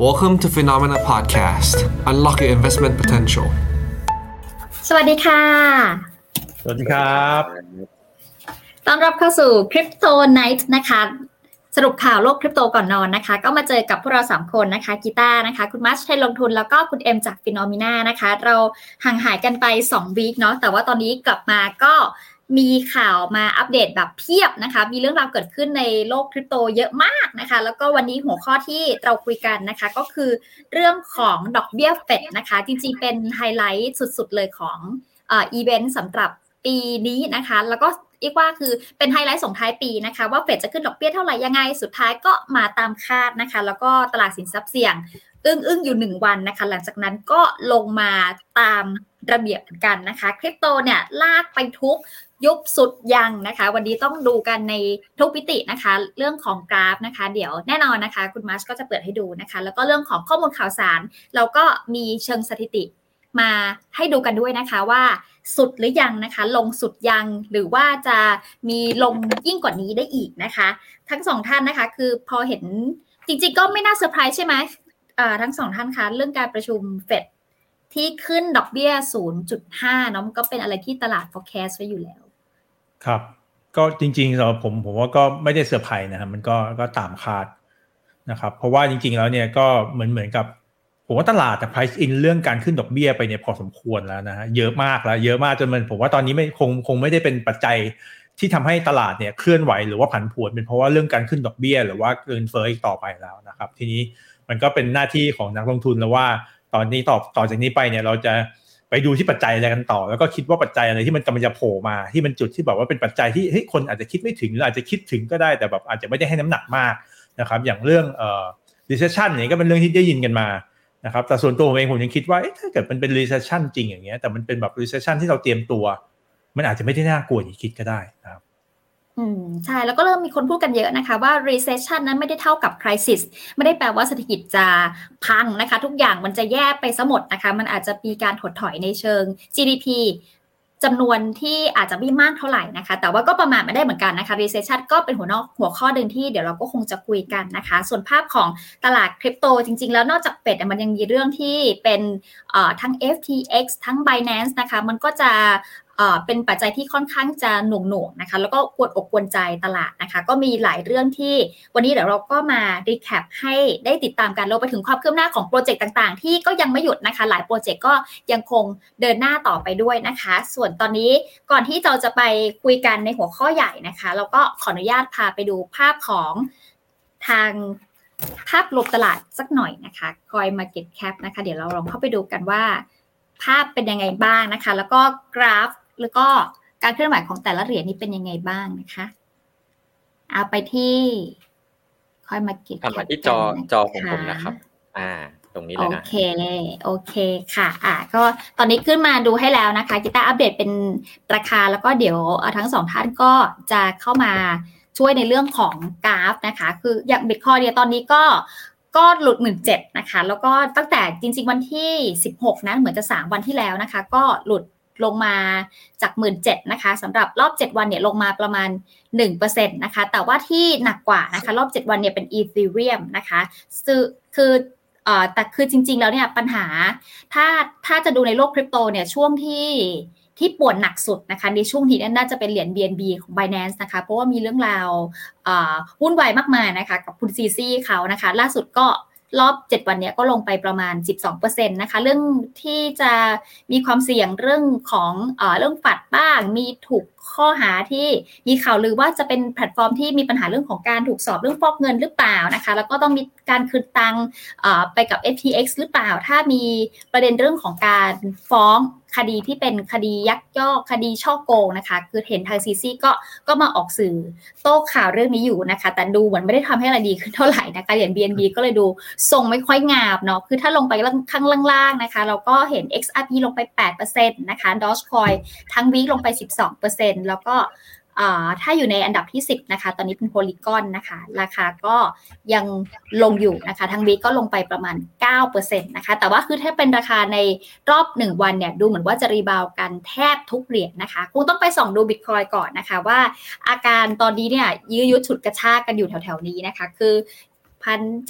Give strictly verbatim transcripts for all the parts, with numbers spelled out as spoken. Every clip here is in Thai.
Welcome to Phenomena Podcast. Unlock your investment potential. สวัสดีค่ะสวัสดีครับต้อนรับเข้าสู่ Crypto Night นะคะสรุปข่าวโลกคริปโตก่อนนอนนะคะก็มาเจอกับพวกเราสามคนนะคะกีตาร์นะคะคุณมัชไทยลงทุนแล้วก็คุณเอ็มจาก Phenomena นะคะเราห่างหายกันไปสองวีคเนาะแต่ว่าตอนนี้กลับมาก็มีข่าวมาอัปเดตแบบเพียบนะคะมีเรื่องราวเกิดขึ้นในโลกคริปโตเยอะมากนะคะแล้วก็วันนี้หัวข้อที่เราคุยกันนะคะก็คือเรื่องของดอกเบี้ยเฟดนะคะจริงๆเป็นไฮไลท์สุดๆเลยของเอ่ออีเวนต์สำหรับปีนี้นะคะแล้วก็อีกว่าคือเป็นไฮไลท์ส่งท้ายปีนะคะว่าเฟดจะขึ้นดอกเบี้ยเท่าไหร่ยังไงสุดท้ายก็มาตามคาดนะคะแล้วก็ตลาดสินทรัพย์เสี่ยงอึ้งอึ้งอยู่หนึ่งวันนะคะหลังจากนั้นก็ลงมาตามระเบียบเหมือนกันนะคะคริปโตเนี่ยลากไปทุกยุบสุดยังนะคะวันนี้ต้องดูกันในทุกมิตินะคะเรื่องของกราฟนะคะเดี๋ยวแน่นอนนะคะคุณมัชก็จะเปิดให้ดูนะคะแล้วก็เรื่องของข้อมูลข่าวสารเราก็มีเชิงสถิติมาให้ดูกันด้วยนะคะว่าสุดหรือยังนะคะลงสุดยังหรือว่าจะมีลงยิ่งกว่านี้ได้อีกนะคะทั้งสองท่านนะคะคือพอเห็นจริงๆก็ไม่น่าเซอร์ไพรส์ใช่ไหมอ่าทั้งสองท่านคะเรื่องการประชุมเฟดที่ขึ้นดอกเบี้ย ศูนย์จุดห้า เนาะมันก็เป็นอะไรที่ตลาด forecast ไว้อยู่แล้วครับก็จริงๆสำหรับผมผมว่าก็ไม่ได้เซอร์ไพรส์นะครับมันก็ก็ตามคาดนะครับเพราะว่าจริงๆแล้วเนี่ยก็เหมือนเหมือนกับผมว่าตลาดแต่ price in เรื่องการขึ้นดอกเบี้ยไปเนี่ยพอสมควรแล้วนะฮะเยอะมากแล้วเยอะมากจนมันผมว่าตอนนี้ไม่คงคงไม่ได้เป็นปัจจัยที่ทำให้ตลาดเนี่ยเคลื่อนไหวหรือว่าผันผวนเป็นเพราะว่าเรื่องการขึ้นดอกเบี้ยหรือว่าเงินเฟ้ออีกต่อไปแล้วนะครับทีนี้มันก็เป็นหน้าที่ของนักลงทุนแล้วว่าตอนนี้ต่อต่อจากนี้ไปเนี่ยเราจะไปดูที่ปัจจัยอะไรกันต่อแล้วก็คิดว่าปัจจัยอะไรที่มันกำลังจะโผล่มาที่มันจุดที่แบบว่าเป็นปัจจัยที่เฮ้ยคนอาจจะคิดไม่ถึงหรืออาจจะคิดถึงก็ได้แต่แบบอาจจะไม่ได้ให้น้ำหนักมากนะครับอย่างเรื่องเอ่อ recession เนี่ยก็เป็นเรื่องที่ได้ยินกันมานะครับแต่ส่วนตัวผมเองผมยังคิดว่าเอ๊ะถ้าเกิดมันเป็น recession จริงอย่างเงี้ยแต่มันเป็นแบบ recession ที่เราเตรียมตัวมันอาจจะไม่ได้น่ากลัวอย่างที่คิดก็ได้นะครับอืมใช่แล้วก็เริ่มมีคนพูดกันเยอะนะคะว่า recession นั้นไม่ได้เท่ากับ crisis ไม่ได้แปลว่าเศรษฐกิจจะพังนะคะทุกอย่างมันจะแย่ไปซะหมดนะคะมันอาจจะมีการถดถอยในเชิง จี ดี พี จำนวนที่อาจจะไม่มากเท่าไหร่นะคะแต่ว่าก็ประมาณไม่ได้เหมือนกันนะคะ recession ก็เป็นหัวนอกหัวข้อหนึ่งที่เดี๋ยวเราก็คงจะคุยกันนะคะส่วนภาพของตลาดคริปโตจริงๆแล้วนอกจากเป็ดมันยังมีเรื่องที่เป็นเอ่อทั้ง เอฟ ที เอ็กซ์ ทั้ง Binance นะคะมันก็จะเป็นปัจจัยที่ค่อนข้างจะหน่วงๆนะคะแล้วก็กวนอกกวนใจตลาดนะคะก็มีหลายเรื่องที่วันนี้เดี๋ยวเราก็มารีแคปให้ได้ติดตามกันรวมไปถึงความคืบหน้าของโปรเจกต์ต่างๆที่ก็ยังไม่หยุดนะคะหลายโปรเจกต์ก็ยังคงเดินหน้าต่อไปด้วยนะคะส่วนตอนนี้ก่อนที่เราจะไปคุยกันในหัวข้อใหญ่นะคะเราก็ขออนุญาตพาไปดูภาพของทางภาพรวมตลาดสักหน่อยนะคะคอย Market Cap นะคะเดี๋ยวเราลองเข้าไปดูกันว่าภาพเป็นยังไงบ้างนะคะแล้วก็กราฟแล้วก็การเคลื่อนไหวของแต่ละเหรียญนี้เป็นยังไงบ้างนะคะเอาไปที่ค่อยมาเก็บมาที่จอจอของผมนะครับอ่าตรงนี้เลยนะโอเคโอเคค่ะอ่าก็ตอนนี้ขึ้นมาดูให้แล้วนะคะกีตาร์อัปเดตเป็นราคาแล้วก็เดี๋ยวทั้งสองท่านก็จะเข้ามาช่วยในเรื่องของกราฟนะคะคืออย่าง Bitcoin เนี่ยตอนนี้ก็ก็หลุด หนึ่งหมื่นเจ็ดพัน นะคะแล้วก็ตั้งแต่จริงๆวันที่สิบหกนะเหมือนจะสามวันที่แล้วนะคะก็หลุดลงมาจาก หนึ่งหมื่นเจ็ดพัน นะคะสำหรับรอบเจ็ดวันเนี่ยลงมาประมาณ หนึ่งเปอร์เซ็นต์ นะคะแต่ว่าที่หนักกว่านะคะรอบเจ็ดวันเนี่ยเป็น Ethereum นะคะคือคือเอ่อแต่คือจริงๆแล้วเนี่ยปัญหาถ้าถ้าจะดูในโลกคริปโตเนี่ยช่วงที่ที่ป่วนหนักสุดนะคะในช่วงนี้น่าจะเป็นเหรียญ บี เอ็น บี ของ Binance นะคะเพราะว่ามีเรื่องราวเอ่อวุ่นวายมากมายนะคะกับคุณซีซี่เขานะคะล่าสุดก็รอบเจ็ดวันเนี้ยก็ลงไปประมาณ สิบสองเปอร์เซ็นต์ นะคะเรื่องที่จะมีความเสี่ยงเรื่องของเอ่อเรื่องฝัดบ้างมีถูกข้อหาที่มีข่าวลือว่าจะเป็นแพลตฟอร์มที่มีปัญหาเรื่องของการถูกสอบเรื่องฟอกเงินหรือเปล่านะคะแล้วก็ต้องมีการคืนตังค์เอ่อไปกับ เอฟ ที เอ็กซ์ หรือเปล่าถ้ามีประเด็นเรื่องของการฟ้องคดีที่เป็นคดียักยอกคดีฉ้อโกงนะคะคือเห็นทางซีซี่ก็ก็มาออกสื่อโต้ข่าวเรื่องนี้อยู่นะคะแต่ดูเหมือนไม่ได้ทำให้อะไรดีขึ้นเท่าไหร่นะคะเหรียญ บี เอ็น บี ก็เลยดูทรงไม่ค่อยงามเนาะคือถ้าลงไปข้างล่างๆนะคะเราก็เห็น เอ็กซ์ อาร์ พี ลงไป แปดเปอร์เซ็นต์ นะคะ Dogecoin ทั้งวีคลงไป สิบสองเปอร์เซ็นต์ แล้วก็ถ้าอยู่ในอันดับที่สิบนะคะตอนนี้เป็น Polygon นะคะราคาก็ยังลงอยู่นะคะทั้งวีคก็ลงไปประมาณ เก้าเปอร์เซ็นต์ นะคะแต่ว่าคือถ้าเป็นราคาในรอบหนึ่งวันเนี่ยดูเหมือนว่าจะรีบาวกันแทบทุกเหรียญนะคะคงต้องไปส่องดู Bitcoin ก่อนนะคะว่าอาการตอนนี้เนี่ยยื้อยุดฉุดกระชากกันอยู่แถวๆนี้นะคะคือ หนึ่งพันเจ็ดร้อย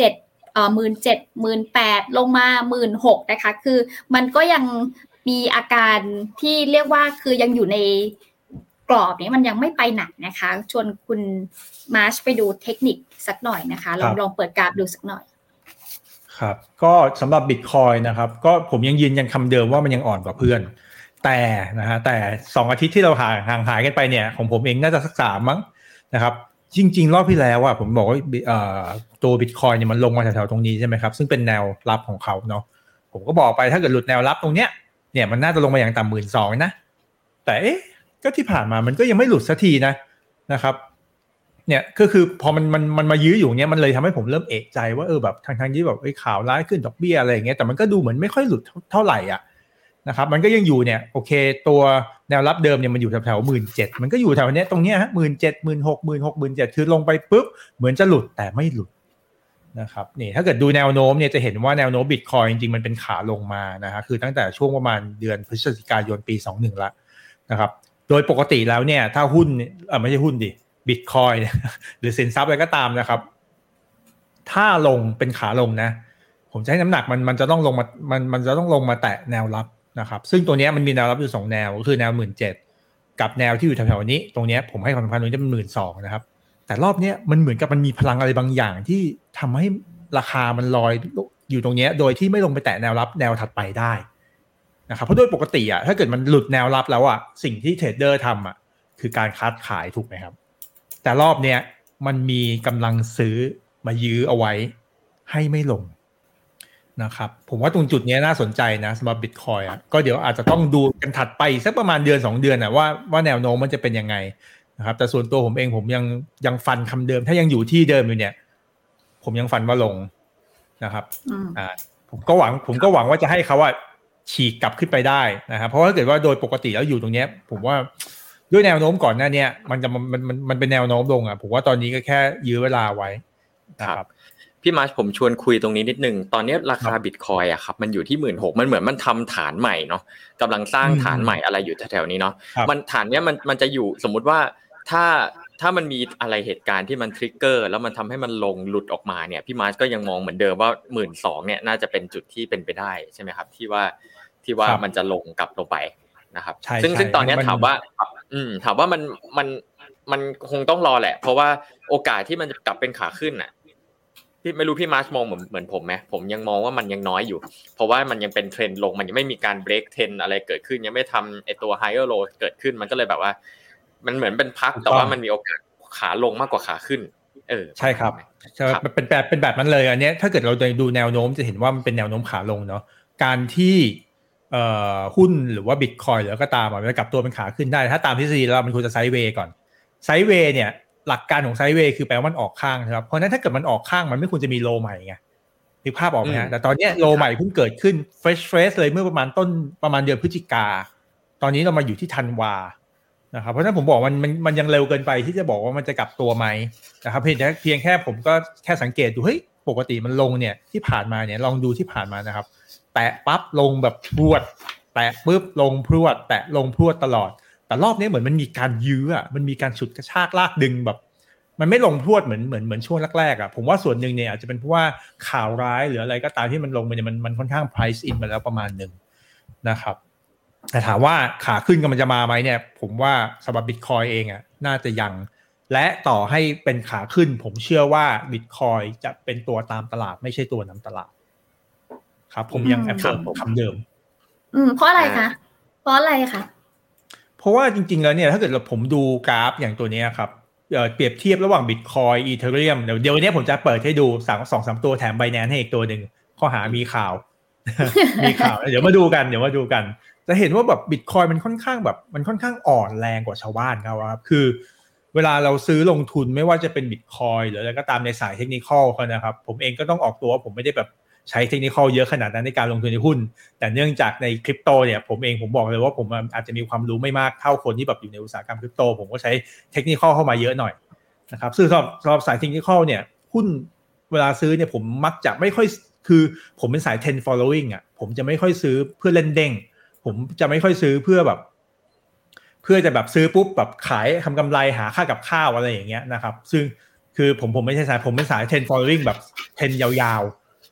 เอ่อ หนึ่งหมื่นเจ็ดพัน หนึ่งหมื่นแปดพัน ลงมา หนึ่งหมื่นหกพัน นะคะคือมันก็ยังมีอาการที่เรียกว่าคือยังอยู่ในกรอบนี้มันยังไม่ไปไหนนะคะชวนคุณมาร์ชไปดูเทคนิคสักหน่อยนะคะลองลองเปิดกราฟดูสักหน่อยครับก็สำหรับ Bitcoin นะครับก็ผมยังยืนยันคำเดิมว่ามันยังอ่อนกว่าเพื่อนแต่นะฮะแต่สองอาทิตย์ที่เราห่างห่างหายกันไปเนี่ยของผมเองน่าจะสักสามมั้งนะครับจริงๆรอบที่แล้วอ่ะผมบอกว่าเอ่อตัว Bitcoin เนี่ยมันลงมาแถวๆตรงนี้ใช่ไหมครับซึ่งเป็นแนวรับของเขาเนาะผมก็บอกไปถ้าเกิดหลุดแนวรับตรงเนี้ยเนี่ยมันน่าจะลงมาอย่างต่ำ หนึ่งหมื่นสองพัน นะแต่เอ๊ะก็ที่ผ่านมามันก็ยังไม่หลุดสักทีนะนะครับเนี่ยก็คือพอมันมันมันมายื้ออยู่เนี้ยมันเลยทำให้ผมเริ่มเอะใจว่าเออแบบทางทางที่แบบไอ้ข่าวร้ายขึ้นดอกเบี้ยอะไรอย่างเงี้ยแต่มันก็ดูเหมือนไม่ค่อยหลุดเท่าไหร่อ่ะนะครับมันก็ยังอยู่เนี่ยโอเคตัวแนวรับเดิมเนี่ยมันอยู่แถวๆ หนึ่งหมื่นเจ็ดพัน มันก็อยู่แถวเนี้ยตรงเนี้ยฮะ หนึ่งหมื่นเจ็ดพัน หนึ่งหมื่นหกพัน หนึ่งหมื่นหกพัน หนึ่งหมื่นเจ็ดพัน คือลงไปปุ๊บเหมือนจะหลุดแต่ไม่หลุดนะครับนี่ถ้าเกิดดูแนวโน้มเนี่ยจะเห็นว่าแนวโน้ม Bitcoin จริงๆมันเป็นขาลงมานะฮะคือตั้งแต่ช่วงประมาณเดือนพฤศจิกายนปียี่สิบเอ็ดละนะครับโดยปกติแล้วเนี่ยถ้าหุ้นเอ่อไม่ใช่หุ้นดิBitcoin หรือสินทรัพย์อะไรก็ตามนะครับถ้าลงเป็นขาลงนะผมจะให้น้ำหนักมันมันจะต้องลงมามันมันจะต้องลงมาแตะแนวรับนะครับซึ่งตัวนี้มันมีแนวรับอยู่สองแนวก็คือแนว หนึ่งหมื่นเจ็ดพัน กับแนวที่อยู่แถวๆนี้ตรงนี้ผมให้ความสำคัญตรงนี้เป็น หนึ่งหมื่นสองพัน นะครับแต่รอบนี้มันเหมือนกับมันมีพลังอะไรบางอย่างที่ทำให้ราคามันลอยอยู่ตรงนี้โดยที่ไม่ลงไปแตะแนวรับแนวถัดไปได้นะครับเพราะโดยปกติอ่ะถ้าเกิดมันหลุดแนวรับแล้วอ่ะสิ่งที่เทรดเดอร์ทำอ่ะคือการคัดขายถูกไหมครับแต่รอบเนี้ยมันมีกำลังซื้อมายื้อเอาไว้ให้ไม่ลงนะครับผมว่าตรงจุดนี้น่าสนใจนะสำหรับ Bitcoin อ่ะก็เดี๋ยวอาจจะต้องดูกันถัดไปสักประมาณเดือนสองเดือนน่ะว่าว่าแนวโน้มมันจะเป็นยังไงนะครับแต่ส่วนตัวผมเองผมยังยังฟันคำเดิมถ้ายังอยู่ที่เดิมอยู่เนี่ยผมยังฟันว่าลงนะครับอ่าผมก็หวังผมก็หวังว่าจะให้เขาว่าฉีกกลับขึ้นไปได้นะครับเพราะว่าถ้าเกิดว่าโดยปกติแล้วอยู่ตรงนี้ผมว่าด้วยแนวโน้มก่อนหน้านี้มันจะมันมันมันเป็นแนวโน้มลงอ่ะผมว่าตอนนี้ก็แค่ยื้อเวลาไว้นะครับพี่มาร์ชผมชวนคุยตรงนี้นิดนึงตอนนี้ราคา Bitcoin อ่ะครับมันอยู่ที่ หนึ่งหมื่นหกพัน มันเหมือนมันทำฐานใหม่เนาะกำลังสร้างฐานใหม่อะไรอยู่แถวๆนี้เนาะมันฐานเนี้ยมันมันจะอยู่สมมุติว่าถ้าถ้ามันมีอะไรเหตุการณ์ที่มันทริกเกอร์แล้วมันทำให้มันลงหลุดออกมาเนี่ยพี่มาร์ชก็ยังมองเหมือนเดิมว่า หนึ่งหมื่นสองพัน เนี่ยน่าจะเป็นจุดที่เป็นไปได้ใช่ไหมครับที่ว่าที่ว่ามันจะลงกลับลงไปนะครับซึ่งซึ่งตอนนี้ถามว่าอืมถามว่ามันมันมันคงต้องรอแหละเพราะว่าโอกาสที่มันจะกลับเป็นขาขึ้นน่ะพี่ไม่รู้พี่มาร์ชมองเหมือนเหมือนผมไหมผมยังมองว่ามันยังน้อยอยู่เพราะว่ามันยังเป็นเทรนด์ลงมันยังไม่มีการเบรกเทรนด์อะไรเกิดขึ้นยังไม่ทำไอตัว higher low เกิดขึ้นมันก็เลยแบบว่ามันเหมือนเป็นพักแต่ว่ามันมีโอกาสขาลงมากกว่าขาขึ้นเออใช่ครับใช่เป็นแบบเป็นแบบนั้นเลยอันนี้ถ้าเกิดเราดูแนวโน้มจะเห็นว่ามันเป็นแนวโน้มขาลงเนาะการที่เอ่อหุ้นหรือว่า Bitcoin หรือก็ตามมันจะกลับตัวเป็นขาขึ้นได้ถ้าตามทฤษฎีแล้วมันควรจะไซด์เวย์ก่อนไซด์เวย์เนี่ยหลักการของไซด์เวย์คือแปลว่ามันออกข้างครับเพราะฉะนั้นถ้าเกิดมันออกข้างมันไม่ควรจะมีโลใหม่ไงนึกภาพออกมั้ยฮะแต่ตอนนี้โลใหม่เพิ่งเกิดขึ้น fresh fresh เลยเมื่อประมาณต้นประมาณเดือนพฤศจิกาตอนนี้เรามาอยู่ที่ธันวานะครับเพราะฉะนั้นผมบอกมันมันมันยังเร็วเกินไปที่จะบอกว่ามันจะกลับตัวไหมนะครับเพียงแค่เพียงแค่ผมก็แค่สังเกตดูเฮ้ยปกติมันลงเนี่ยที่ผ่านมาเนี่ยลองดูที่ผ่านมานะครับแตะปั๊บลงแบบพรวดแตะปุ๊บลงพรวดแตะลงพรวดตลอดแต่รอบนี้เหมือนมันมีการยื้ออ่ะมันมีการฉุดกระชากลากดึงแบบมันไม่ลงพรวดเหมือนเหมือนเหมือนช่วงแรกๆอ่ะผมว่าส่วนหนึ่งเนี่ยอาจจะเป็นเพราะว่าข่าวร้ายหรืออะไรก็ตามที่มันลงไปเนี่ยมันมันค่อนข้าง price in มาแล้วประมาณนึงนะครับแต่ถามว่าขาขึ้นกำลังจะมาไหมเนี่ยผมว่าสำหรับ Bitcoin เองอ่ะน่าจะยังและต่อให้เป็นขาขึ้นผมเชื่อว่า Bitcoin จะเป็นตัวตามตลาดไม่ใช่ตัวนำตลาดครับผมยังแอบคำเดิมอืมเพราะอะไรคะเพราะอะไรคะเพราะว่าจริงๆแล้วเนี่ยถ้าเกิดเราผมดูกราฟอย่างตัวนี้ครับเอ่อเปรียบเทียบระหว่าง Bitcoin Ethereum เดี๋ยวเดี๋ยววันนี้ผมจะเปิดให้ดูสอง สอง สามตัวแถม Binance ให้อีกตัวนึงข้อหามีข่าว มีข่าวเดี๋ยวมาดูกันเดี๋ยวมาดูกันจะเห็นว่าแบบ Bitcoin มันค่อนข้างแบบมันค่อนข้างอ่อนแรงกว่าชาวบ้านครับคือเวลาเราซื้อลงทุนไม่ว่าจะเป็น Bitcoin หรืออะไรก็ตามในสายเทคนิคอลเขานะครับผมเองก็ต้องออกตัวผมไม่ได้แบบใช้เทคนิคอลเยอะขนาดนั้นในการลงทุนในหุ้นแต่เนื่องจากในคริปโตเนี่ยผมเองผมบอกเลยว่าผมอาจจะมีความรู้ไม่มากเท่าคนที่แบบอยู่ในอุตสาหกรรมคริปโตผมก็ใช้เทคนิคอลเข้ามาเยอะหน่อยนะครับซึ่งสำหรับสำหรับสายเทคนิคอลเนี่ยหุ้นเวลาซื้อเนี่ยผมมักจะไม่ค่อยคือผมเป็นสาย trend following อ่ะผมจะไม่ค่อยซื้อเพื่อเล่นเด้งผมจะไม่ค่อยซื้อเพื่อแบบเพื่อจะแบบซื้อปุ๊บแบบขายทำกำไรหาค่ากับข้าวอะไรอย่างเงี้ยนะครับซึ่งคือผมผมไม่ใช่สายผมเป็นสาย trend following แบบ trend ยาว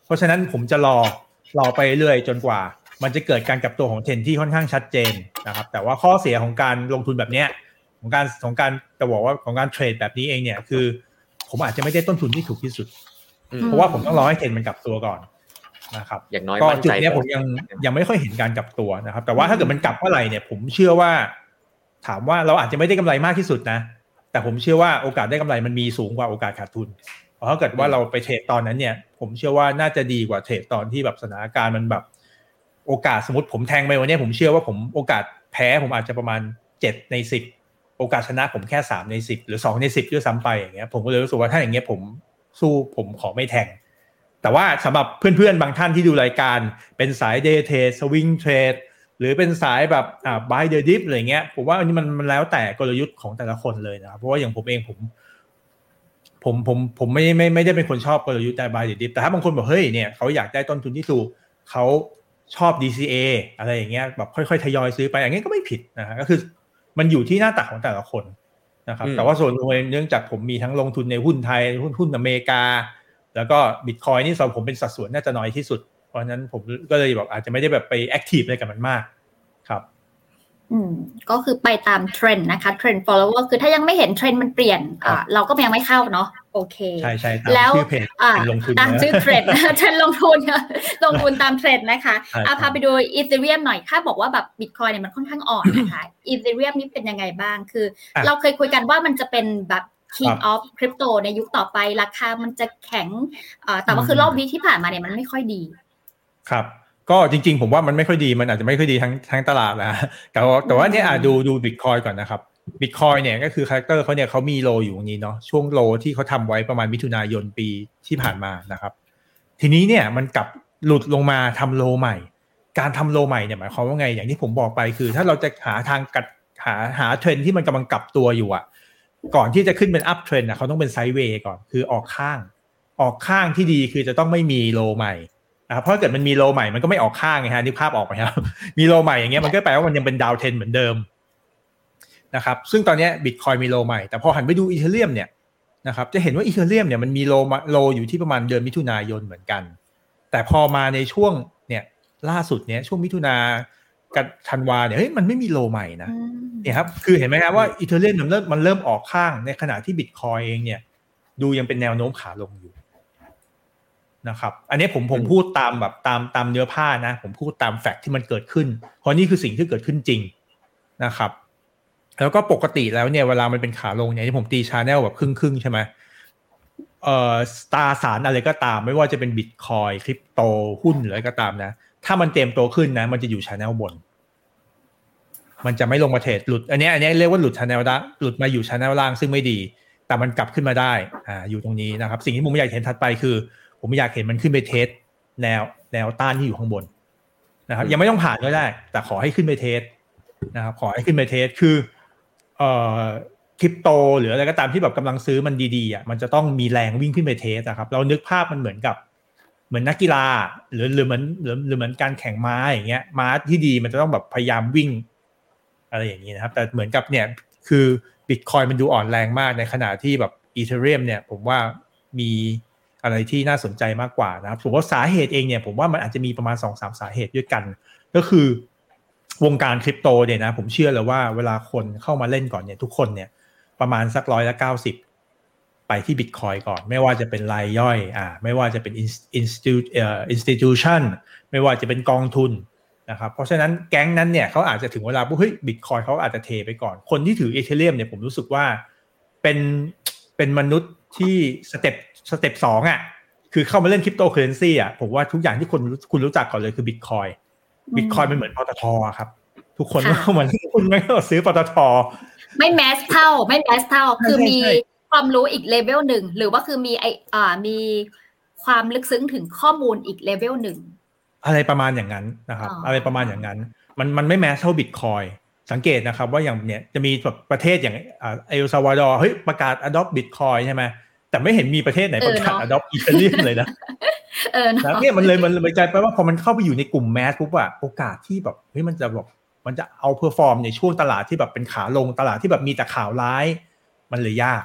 เพราะฉะนั้นผมจะรอรอไปเรื่อยจนกว่ามันจะเกิดการกลับตัวของเทรนที่ค่อนข้างชัดเจนนะครับแต่ว่าข้อเสียของการลงทุนแบบเนี้ยของการของการจะบอกว่าของการเทรดแบบนี้เองเนี่ยคือผมอาจจะไม่ได้ต้นทุนที่ถูกที่สุดเพราะว่าผมต้องรอให้เทรนมันกลับตัวก่อนนะครับอย่างน้อยก็จุดนี้ผมยังยังไม่ค่อยเห็นการกลับตัวนะครับแต่ว่าถ้าเกิดมันกลับเมื่อไหร่เนี่ยผมเชื่อว่าถามว่าเราอาจจะไม่ได้กำไรมากที่สุดนะแต่ผมเชื่อว่าโอกาสได้กำไรมันมีสูงกว่าโอกาสขาดทุนเพราะถ้าเกิดว่าเราไปเทรดตอนนั้นเนี่ยผมเชื่อว่าน่าจะดีกว่าเทรดตอนที่แบบสถานการณ์มันแบบโอกาสสมมติผมแทงไปวันนี้ผมเชื่อว่าผมโอกาสแพ้ผมอาจจะประมาณเจ็ดในสิบโอกาสชนะผมแค่สามในสิบหรือสองในสิบด้วยซ้ำไปอย่างเงี้ยผมก็เลยรู้สึกว่าถ้าอย่างเงี้ยผมสู้ผมขอไม่แทงแต่ว่าสำหรับเพื่อนๆบางท่านที่ดูรายการเป็นสาย day trade swing trade หรือเป็นสายแบบอ่า buy the dip อะไรเงี้ยผมว่าอันนี้มันมันแล้วแต่กลยุทธ์ของแต่ละคนเลยนะครับเพราะว่าอย่างผมเองผมผมผมผมไม่ไม่ไม่ได้เป็นคนชอบกลยุทธ์แต่ buy the dip แต่ถ้าบางคนบอกเฮ้ยเนี่ยเขาอยากได้ต้นทุนที่ถูกเขาชอบ ดี ซี เอ อะไรอย่างเงี้ยแบบค่อยๆทยอยซื้อไปอย่างเงี้ยก็ไม่ผิดนะฮะก็คือมันอยู่ที่หน้าตักของแต่ละคนนะครับแต่ว่าส่วนตัวเนื่องจากผมมีทั้งลงทุนในหุ้นไทยหุ้นหุ้นอเมริกาแล้วก็ Bitcoin นี่สำหรับผมเป็นสัดส่วนน่าจะน้อยที่สุดเพราะฉะนั้นผมก็เลยแบบอาจจะไม่ได้แบบไปแอคทีฟอะไรกับมันมากครับอืมก็คือไปตามเทรนด์นะคะเทรนด์ follower คือถ้ายังไม่เห็นเทรนด์มันเปลี่ยนอ่าเราก็ยังไม่เข้าเนาะโอเคใช่ๆตามชื่อเพจเป็นลงทุนตามชื่อเทรนด์เทรนด์ลงทุนลงทุนตามเทรนด์นะคะอ่ะพาไปดู Ethereum หน่อยถ้าบอกว่าแบบ Bitcoin เนี่ยมันค่อนข้างอ่อนนะคะ Ethereum นี่เป็นยังไงบ้างคือเราเคยคุยกันว่ามันจะเป็นแบบ King of Crypto ในยุคต่อไปราคามันจะแข็งอ่าแต่ว่าคือรอบนี้ที่ผ่านมาเนี่ยมันไม่ค่อยดีครับก็จริงๆผมว่ามันไม่ค่อยดีมันอาจจะไม่ค่อยดีทั้งทั้งตลาดนะแต่ว่าแต่ว่าเนี่ยอ่ะดูดู Bitcoin ก่อนนะครับ Bitcoin เนี่ยก็คือคาแรคเตอร์เขาเนี่ยเขามีโลอยู่ตรงนี้เนาะช่วงโลที่เขาทำไว้ประมาณมิถุนายนปีที่ผ่านมานะครับทีนี้เนี่ยมันกลับหลุดลงมาทำโลใหม่การทำโลใหม่เนี่ยหมายความว่าไงอย่างที่ผมบอกไปคือถ้าเราจะหาทางกัดหาหาเทรนด์ที่มันกำลังกลับตัวอยู่อ่ะก่อนที่จะขึ้นเป็นอัพเทรนด์นะเขาต้องเป็นไซด์เวย์ก่อนคือออกข้างออกข้างที่ดีคือจะต้องไม่มีโลใหม่นะครับเพราะเกิดมันมีโลใหม่มันก็ไม่ออกข้างไงฮะนี่ภาพออกไหมครับมีโลใหม่อย่างเงี้ยมันก็แปลว่ามันยังเป็นดาวเทรนเหมือนเดิมนะครับซึ่งตอนนี้ Bitcoin มีโลใหม่แต่พอหันไปดู Ethereum เนี่ยนะครับจะเห็นว่า Ethereum เนี่ยมันมีโลโลอยู่ที่ประมาณเดือนมิถุนายนเหมือนกันแต่พอมาในช่วงเนี่ยล่าสุดเนี่ยช่วงมิถุนากับธันวาเนี่ยเฮ้ยมันไม่มีโลใหม่นะเนี่ยครับคือเห็นไหมครับว่า Ethereum มันเริ่มมันเริ่มออกข้างในขณะที่ Bitcoin เองเนี่ยดูยังเป็นแนวโน้มขาลงอยู่นะครับอันนี้ผมผมพูดตามแบบตามตามเนื้อผ้านะผมพูดตามแฟกต์ที่มันเกิดขึ้นเพราะนี่คือสิ่งที่เกิดขึ้นจริงนะครับแล้วก็ปกติแล้วเนี่ยเวลามันเป็นขาลงเนี่ยที่ผมตีชาแนลแบบครึ่งๆใช่ไหมเอ่อตราสารอะไรก็ตามไม่ว่าจะเป็น Bitcoin คริปโตหุ้นหรืออะไรก็ตามนะถ้ามันเต็มโตขึ้นนะมันจะอยู่ชาแนลบนมันจะไม่ลงมาเทรดหลุดอันนี้อันนี้เรียกว่าหลุดชาแนลล่างหลุดมาอยู่ชาแนลล่างซึ่งไม่ดีแต่มันกลับขึ้นมาได้อ่าอยู่ตรงนี้นะครับสิ่งที่ผมอยากเห็นถัดไปคือผมอยากเห็นมันขึ้นไปเทสแนวแนวต้านที่อยู่ข้างบนนะครับยังไม่ต้องผ่านก็ได้แต่ขอให้ขึ้นไปเทสนะครับขอให้ขึ้นไปเทสคือเอ่อคริปโตหรืออะไรก็ตามที่แบบกำลังซื้อมันดีๆอ่ะมันจะต้องมีแรงวิ่งขึ้นไปเทสนะครับเรานึกภาพมันเหมือนกับเหมือนนักกีฬาหรือหรือเหมือนหรือหรือเหมือนการแข่งม้าอย่างเงี้ยม้าที่ดีมันจะต้องแบบพยายามวิ่งอะไรอย่างนี้นะครับแต่เหมือนกับเนี่ยคือ Bitcoin มันดูอ่อนแรงมากในขณะที่แบบ Ethereum เนี่ยผมว่ามีอะไรที่น่าสนใจมากกว่านะครับผมว่าสาเหตุเองเนี่ยผมว่ามันอาจจะมีประมาณ สองถึงสาม สาเหตุด้วยกันก็คือวงการคริปโตเนี่ยนะผมเชื่อเลยว่าเวลาคนเข้ามาเล่นก่อนเนี่ยทุกคนเนี่ยประมาณสักร้อยละเก้าสิบไปที่ Bitcoin ก่อนไม่ว่าจะเป็นรายย่อยอ่าไม่ว่าจะเป็น institute เอ่อ institution ไม่ว่าจะเป็นกองทุนนะครับเพราะฉะนั้นแก๊งนั้นเนี่ยเขาอาจจะถึงเวลาปุ๊บเฮ้ย Bitcoin เขาอาจจะเทไปก่อนคนที่ถือ Ethereum เนี่ยผมรู้สึกว่าเป็นเป็นมนุษย์ที่สเต็ปสเต็ปสองอ่ะคือเข้ามาเล่นคริปโตเคอเรนซีอ่ะผมว่าทุกอย่างที่คนคุณรู้จักก่อนเลยคือ Bitcoin Bitcoin มันเหมือนปตท.ครับทุกคนก็เข้ามาเล่นคุณไม่ต้องซื้อปตท. ไม่แมสเท่าไม่แมสเท่าคือมีความรู้อีกเลเวลหนึ่งหรือว่าคือมีไออ่ามีความลึกซึ้งถึงข้อมูลอีกเลเวลหนึ่งอะไรประมาณอย่างนั้นนะครับอะไรประมาณอย่างนั้นมันมันไม่แมสเท่า Bitcoin สังเกตนะครับว่าอย่างเนี้ยจะมีแบบประเทศอย่างเอลซาวาดอร์เฮ้ยประกาศ adopt Bitcoin ใช่ไหมแต่ไม่เห็นมีประเทศไหนประกาศ adopt Ethereum เลยนะเออเนาะเนี่ยมันเลยมันเลยใจไปว่าพอมันเข้าไปอยู่ในกลุ่มแมสปุ๊บอะโอกาสที่แบบเฮ้ยมันจะแบบมันจะเอาเพอร์ฟอร์มในช่วงตลาดที่แบบเป็นขาลงตลาดที่แบบมีแต่ข่าวร้ายมันเลยยาก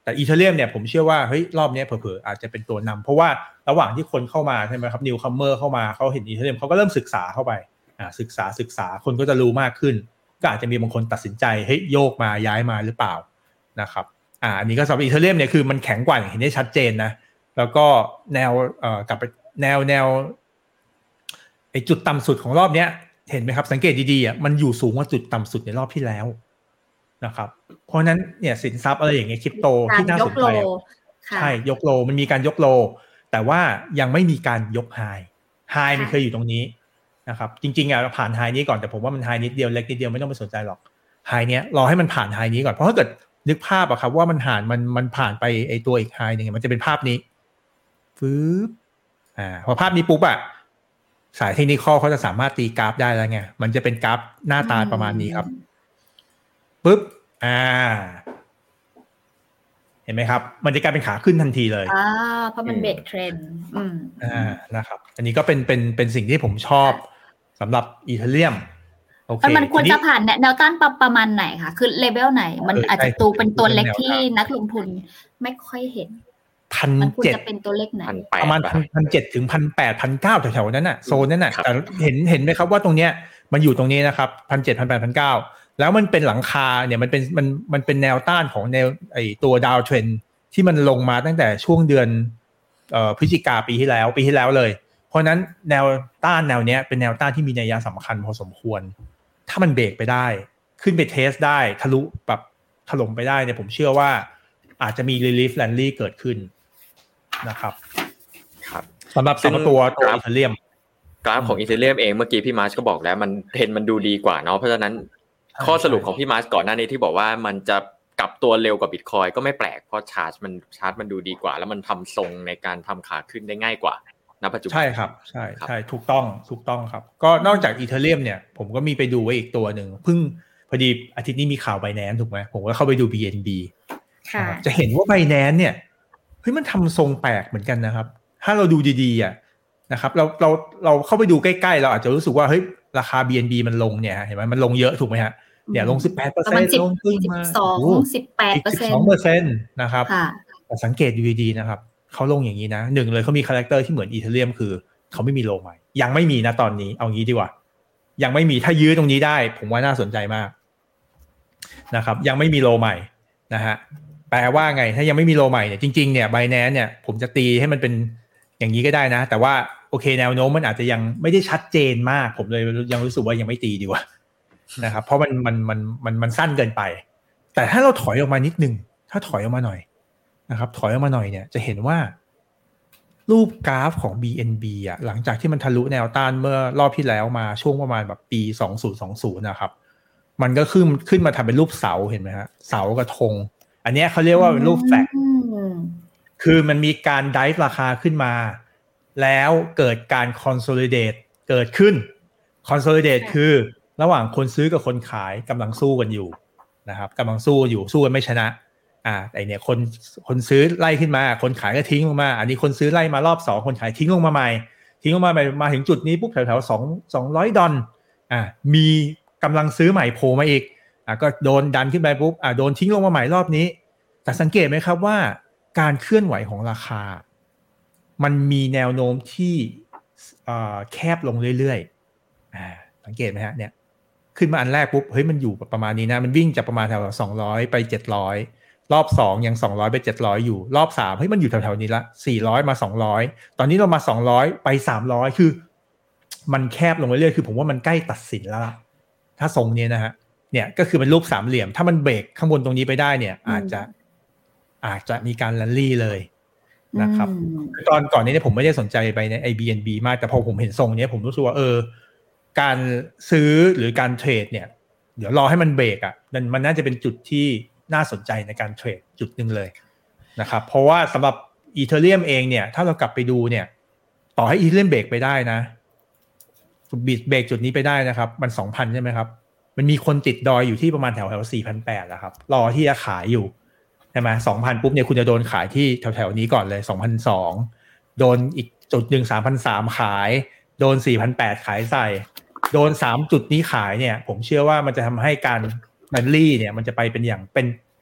แต่อีเธเรียมเนี่ยผมเชื่อว่าเฮ้ยรอบนี้เผลอๆอาจจะเป็นตัวนำเพราะว่าระหว่างที่คนเข้ามาใช่ไหมครับนิวคัมเมอร์เข้ามาเขาเห็นอีเธเรียมเขาก็เริ่มศึกษาเข้าไปอ่าศึกษาศึกษาคนก็จะรู้มากขึ้นก็อาจจะมีบางคนตัดสินใจเฮ้ยโยกมาย้ายมาหรือเปล่านะครับอ่าอันนี้ก็สำหรับอีเธเรียมเนี่ยคือมันแข็งกว่าอย่างเห็นได้ชัดเจนนะแล้วก็แนวเอ่อกลับไปแนวแนวไอ้จุดต่ำสุดของรอบเนี้ยเห็นไหมครับสังเกตดีๆอ่ะมันอยู่สูงกว่าจุดต่ำสุดในรอบที่แล้วนะครับเพราะนั้นเนี่ยสินทรัพย์อะไรอย่างเงี้ยคริปโตที่น่าสนใจใช่ยกโลมันมีการยกโลแต่ว่ายังไม่มีการยกไฮไฮมันเคยอยู่ตรงนี้นะครับจริงๆอ่ะผ่านไฮนี้ก่อนแต่ผมว่ามันไฮนิดเดียวเล็กนิดเดียวไม่ต้องไปสนใจหรอกไฮเนี้ยรอให้มันผ่านไฮนี้ก่อนเพราะถ้าเกิดนึกภาพอะครับว่ามันผ่านมันมันผ่านไปไอตัวอีกไฮนึงมันจะเป็นภาพนี้ฟืบอ่าพอภาพนี้ปุ๊บอะสายเทคนิคเขาจะสามารถตีกราฟได้แล้วไงมันจะเป็นกราฟหน้าตาประมาณนี้ครับปุ๊บอ่าเห็นไหมครับมันจะกลายเป็นขาขึ้นทันทีเลยอ่าเพราะมันเบรกเทรนด์อืมอ่านะครับอันนี้ก็เป็นเป็นเป็นสิ่งที่ผมชอบสำหรับอีเธเรียมโอเคมันควรจะผ่านแนวต้านประมาณไหนคะคือเลเวลไหนมันอาจจะตูเป็นตัวเล็กที่นักลงทุนไม่ค่อยเห็นพันเจ็ดจะเป็นตัวเลขไหนประมาณพันเจ็ดถึงพันแปดพันเก้าแถวๆนั้นน่ะโซนนั้นน่ะแต่เห็นเห็นไหมครับว่าตรงเนี้ยมันอยู่ตรงนี้นะครับพันเจ็ดพันแปดพันเก้าแล้วมันเป็นหลังคาเนี่ยมันเป็นมันมันเป็นแนวต้านของแนวไอ้ตัวดาวเทรนด์ที่มันลงมาตั้งแต่ช่วงเดือนเอ่อพฤศจิกาปีที่แล้วปีที่แล้วเลยเพราะนั้นแนวต้านแนวเนี้ยเป็นแนวต้านที่มีนัยสำคัญพอสมควรถ้ามันเบรกไปได้ขึ้นไปเทสได้ทะลุแบบถล่มไปได้เนี่ยผมเชื่อว่าอาจจะมี relief rally เกิดขึ้นนะครับครับสำหรับสำหรับตัวตัวอีเธเรียมกราฟของอีเธเรียมเองเมื่อกี้พี่มาร์ชก็บอกแล้วมันเทรนด์มันดูดีกว่าเนาะเพราะฉะนั้นข้อสรุปของพี่มาร์ชก่อนหน้านี้ที่บอกว่ามันจะกลับตัวเร็วกว่า Bitcoin ก็ไม่แปลกเพราะชาร์ตมันชาร์ตมันดูดีกว่าแล้วมันทำทรงในการทำขาขึ้นได้ง่ายกว่าณปัจจุบันใช่ครับใช่ใช่ถูกต้องถูกต้องครับก็นอกจากอีเธเรียมเนี่ยผมก็มีไปดูไว้อีกตัวหนึ่งเพิ่งพอดีอาทิตย์นี้มีข่าว Binance ถูกไหมผมก็เข้าไปดู บี เอ็น บี จะเห็นว่า Binance เนี่ยเฮ้ยมันทำทรงแปลกเหมือนกันนะครับถ้าเราดูดีๆอ่ะนะครับเราเราเราเข้าไปดูใกล้ๆเราอาจจะรู้สึกว่าเฮ้ยราคา บี เอ็น บี มันลงเนี่ยเห็นไหมมันลงเยอะถูกไหมฮะเนี่ยลง สิบแปดเปอร์เซ็นต์ ลงขึ้นมาสิบสอง สิบแปดเปอร์เซ็นต์สิบสองเปอร์เซ็นต์ นะครับแต่สังเกตดูดีๆนะครับเขาลงอย่างนี้นะหนึ่งเลยเขามีคาแรคเตอร์ที่เหมือนอีเธเรียมคือเขาไม่มีโลใหม่ยังไม่มีนะตอนนี้เอางี้ดีกว่ายังไม่มีถ้ายื้อตรงนี้ได้ผมว่าน่าสนใจมากนะครับยังไม่มีโลใหม่นะฮะแปลว่าไงถ้ายังไม่มีโลใหม่เนี่ยจริงๆเนี่ย Binance เนี่ยผมจะตีให้มันเป็นอย่างนี้ก็ได้นะแต่ว่าโอเคแนวโน้มมันอาจจะยังไม่ได้ชัดเจนมากผมเลยยังรู้สึกว่ายังไม่ตีดีกว่านะครับเพราะมันมันมันมันมันสั้นเกินไปแต่ถ้าเราถอยออกมานิดนึงถ้าถอยออกมาหน่อยนะครับถอยออกมาหน่อยเนี่ยจะเห็นว่ารูปกราฟของ บี เอ็น บี อ่ะหลังจากที่มันทะลุแนวต้านเมื่อรอบที่แล้วมาช่วงประมาณแบบปีสองพันยี่สิบนะครับมันก็ขึ้นขึ้นมาทำเป็นรูปเสาเห็นไหมฮะเสากระทงอันนี้เขาเรียกว่าเป็นรูปแฟลกคือมันมีการไดฟ์ราคาขึ้นมาแล้วเกิดการ consolidate เกิดขึ้น consolidate คือระหว่างคนซื้อกับคนขายกำลังสู้กันอยู่นะครับกำลังสู้อยู่สู้กันไม่ชนะอ่าไอเนี่ยคนคนซื้อไล่ขึ้นมาคนขายก็ทิ้งลงมาอันนี้คนซื้อไล่มารอบสองคนขายทิ้งลงมาใหม่ทิ้งลงมาใหม่มาถึงจุดนี้ปุ๊บแถวๆสอง สองร้อยดอลอ่ามีกำลังซื้อใหม่โผล่มาอีกอ่ะก็โดนดันขึ้นไปปุ๊บอ่ะโดนทิ้งลงมาใหม่รอบนี้แต่สังเกตไหมครับว่าการเคลื่อนไหวของราคามันมีแนวโน้มที่อ่าแคบลงเรื่อยๆอ่าสังเกตไหมฮะเนี่ยขึ้นมาอันแรกปุ๊บเฮ้ยมันอยู่ประมาณนี้นะมันวิ่งจากประมาณแถวสองร้อยไปเจ็ดร้อยรอบสองยังสองร้อยไปเจ็ดร้อยอยู่รอบสามเฮ้ยมันอยู่แถวๆนี้ละสี่ร้อยมาสองร้อยตอนนี้เรามาสองร้อยไปสามร้อยคือมันแคบลงเรื่อยๆคือผมว่ามันใกล้ตัดสินแล้วล่ะถ้าทรงนี้นะฮะเนี่ยก็คือเป็นรูปสามเหลี่ยมถ้ามันเบรกข้างบนตรงนี้ไปได้เนี่ยอาจจะอาจจะมีการแรลลี่เลยนะครับตอนก่อนนี้เนี่ยผมไม่ได้สนใจไปใน ไอ บี เอ็น บี มากแต่พอผมเห็นทรงนี้ผมรู้สึกว่าเออการซื้อหรือการเทรดเนี่ยเดี๋ยวรอให้มันเบรกอ่ะมันมันน่าจะเป็นจุดที่น่าสนใจในการเทรดจุดนึงเลยนะครับเพราะว่าสำหรับอีเธเรียมเองเนี่ยถ้าเรากลับไปดูเนี่ยต่อให้อีเธเรียมเบรกไปได้นะบิดเบรกจุดนี้ไปได้นะครับมัน สองพัน ใช่ไหมครับมันมีคนติดดอยอยู่ที่ประมาณแถวแถว สี่พันแปดร้อย แล้วครับรอที่จะขายอยู่ใช่ไหม สองพัน ปุ๊บเนี่ยคุณจะโดนขายที่แถวแถวนี้ก่อนเลย สองพันสองร้อย โดนอีกจุดหนึ่ง สามพันสามร้อย ขายโดน สี่พันแปดร้อย ขายใส่โดนสามจุดนี้ขายเนี่ยผมเชื่อว่ามันจะทำให้การแรลลี่เนี่ยมันจะไปเป็นอย่างเป็นเป็น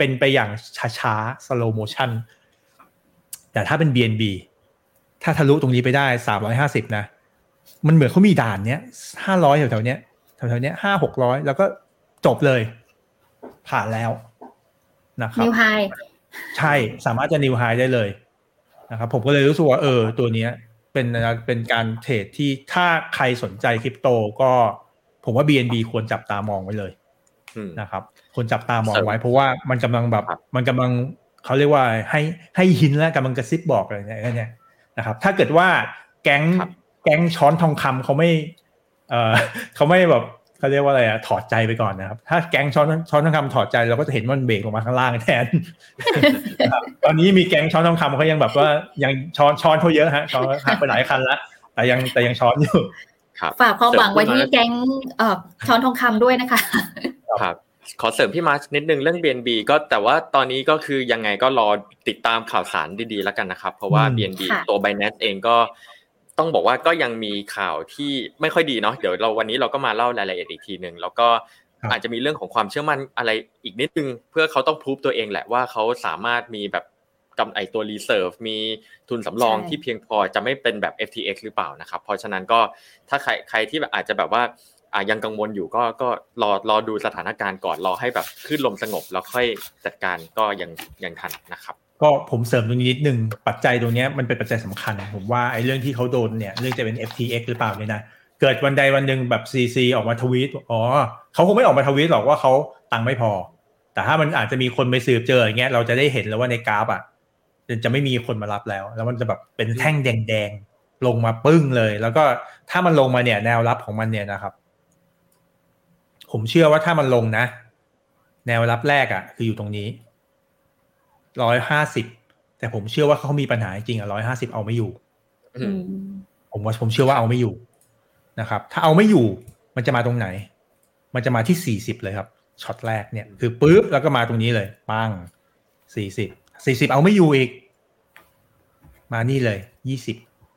เป็นไปอย่างช้าๆ slow motion แต่ถ้าเป็น บี เอ็น บี ถ้าทะลุตรงนี้ไปได้สามร้อยห้าสิบนะมันเหมือนเขามีด่านเนี้ยห้าร้อยแถวๆเนี้ยแถวๆเนี้ยห้า หกร้อยแล้วก็จบเลยผ่านแล้วนะครับ New High ใช่สามารถจะ New High ได้เลยนะครับผมก็เลยรู้สึกว่าเออตัวเนี้ยเป็นเป็นการเทรดที่ถ้าใครสนใจคริปโตก็ผมว่า บี เอ็น บี ควรจับตามองไว้เลยนะครับควรจับตามองไว้เพราะว่ามันกำลังแบบมันกำลังเขาเรียกว่าให้ให้หินแล้วกำลังกระซิบบอกอะไรเนี่ยนะครับถ้าเกิดว่าแก๊งแก๊งช้อนทองคำเขาไม่เออเขาไม่แบบเขาเรียกว่าอะไรอะถอดใจไปก่อนนะครับถ้าแก๊งช้อนช้อนทองคำถอดใจเราก็จะเห็นมันเบรกลงมาข้างล่างแทน ตอนนี้มีแก๊งช้อนทองคำเขายังแบบว่ายังช้อนช้อนเขาเยอะฮะช้อนหักไปหลายคันแล้วแต่ยังแต่ยังช้อนอยู่ฝากความหวังไว้ที่แก๊งเอ่อช้อนทองคำด้วยนะคะครับขอเสริมพี่มาร์คนิดนึงเรื่อง บี เอ็น บี ก็แต่ว่าตอนนี้ก็คือยังไงก็รอติดตามข่าวสารดีๆแล้วกันนะครับเพราะว่า บี เอ็น บี ตัว Binance เองก็ต้องบอกว่าก็ยังมีข่าวที่ไม่ค่อยดีเนาะเดี๋ยวเราวันนี้เราก็มาเล่ารายละเอียดอีกทีนึงแล้วก็อาจจะมีเรื่องของความเชื่อมั่นอะไรอีกนิดนึงเพื่อเขาต้องพิสูจตัวเองแหละว่าเขาสามารถมีแบบกำไรตัว reserve มีทุนสำรองที่เพียงพอจะไม่เป็นแบบ เอฟ ที เอ็กซ์ หรือเปล่านะครับเพราะฉะนั้นก็ถ้าใครใครที่แบบอาจจะแบบว่าอ่ะยังกังวลอยู่ก็ก็รอรอดูสถานการณ์ก่อนรอให้แบบคลื่นลมสงบแล้วค่อยจัดการก็ยังยังทันนะครับก็ผมเสริมตรงนี้นิดนึงปัจจัยตรงนี้มันเป็นปัจจัยสำคัญผมว่าไอ้เรื่องที่เขาโดนเนี่ยเรื่องจะเป็น เอฟ ที เอ็กซ์ หรือเปล่าเนี่ยนะเกิดวันใดวันหนึ่งแบบ ซี ซี ออกมาทวีตอ๋อเขาคงไม่ออกมาทวีตหรอกว่าเขาตังค์ไม่พอแต่ถ้ามันอาจจะมีคนไปสืบเจออย่างเงี้ยเราจะได้เห็นแล้วว่าในกราฟอ่ะจะไม่มีคนมารับแล้วแล้วมันจะแบบเป็นแท่งแดงๆลงมาปึ้งเลยแล้วก็ถ้ามันลงมาเนี่ยแนวรับของมันเนี่ยนะครับผมเชื่อว่าถ้ามันลงนะแนวรับแรกอ่ะคืออยู่ตรงนี้หนึ่งร้อยห้าสิบแต่ผมเชื่อว่าเขามีปัญหาจริงอ่ะหนึ่งร้อยห้าสิบเอาไม่อยู่ผมว่าผมเชื่อว่าเอาไม่อยู่นะครับถ้าเอาไม่อยู่มันจะมาตรงไหนมันจะมาที่สี่สิบเลยครับช็อตแรกเนี่ยคือปึ๊บแล้วก็มาตรงนี้เลยปังสี่สิบ สี่สิบเอาไม่อยู่อีกมานี่เลยยี่สิบ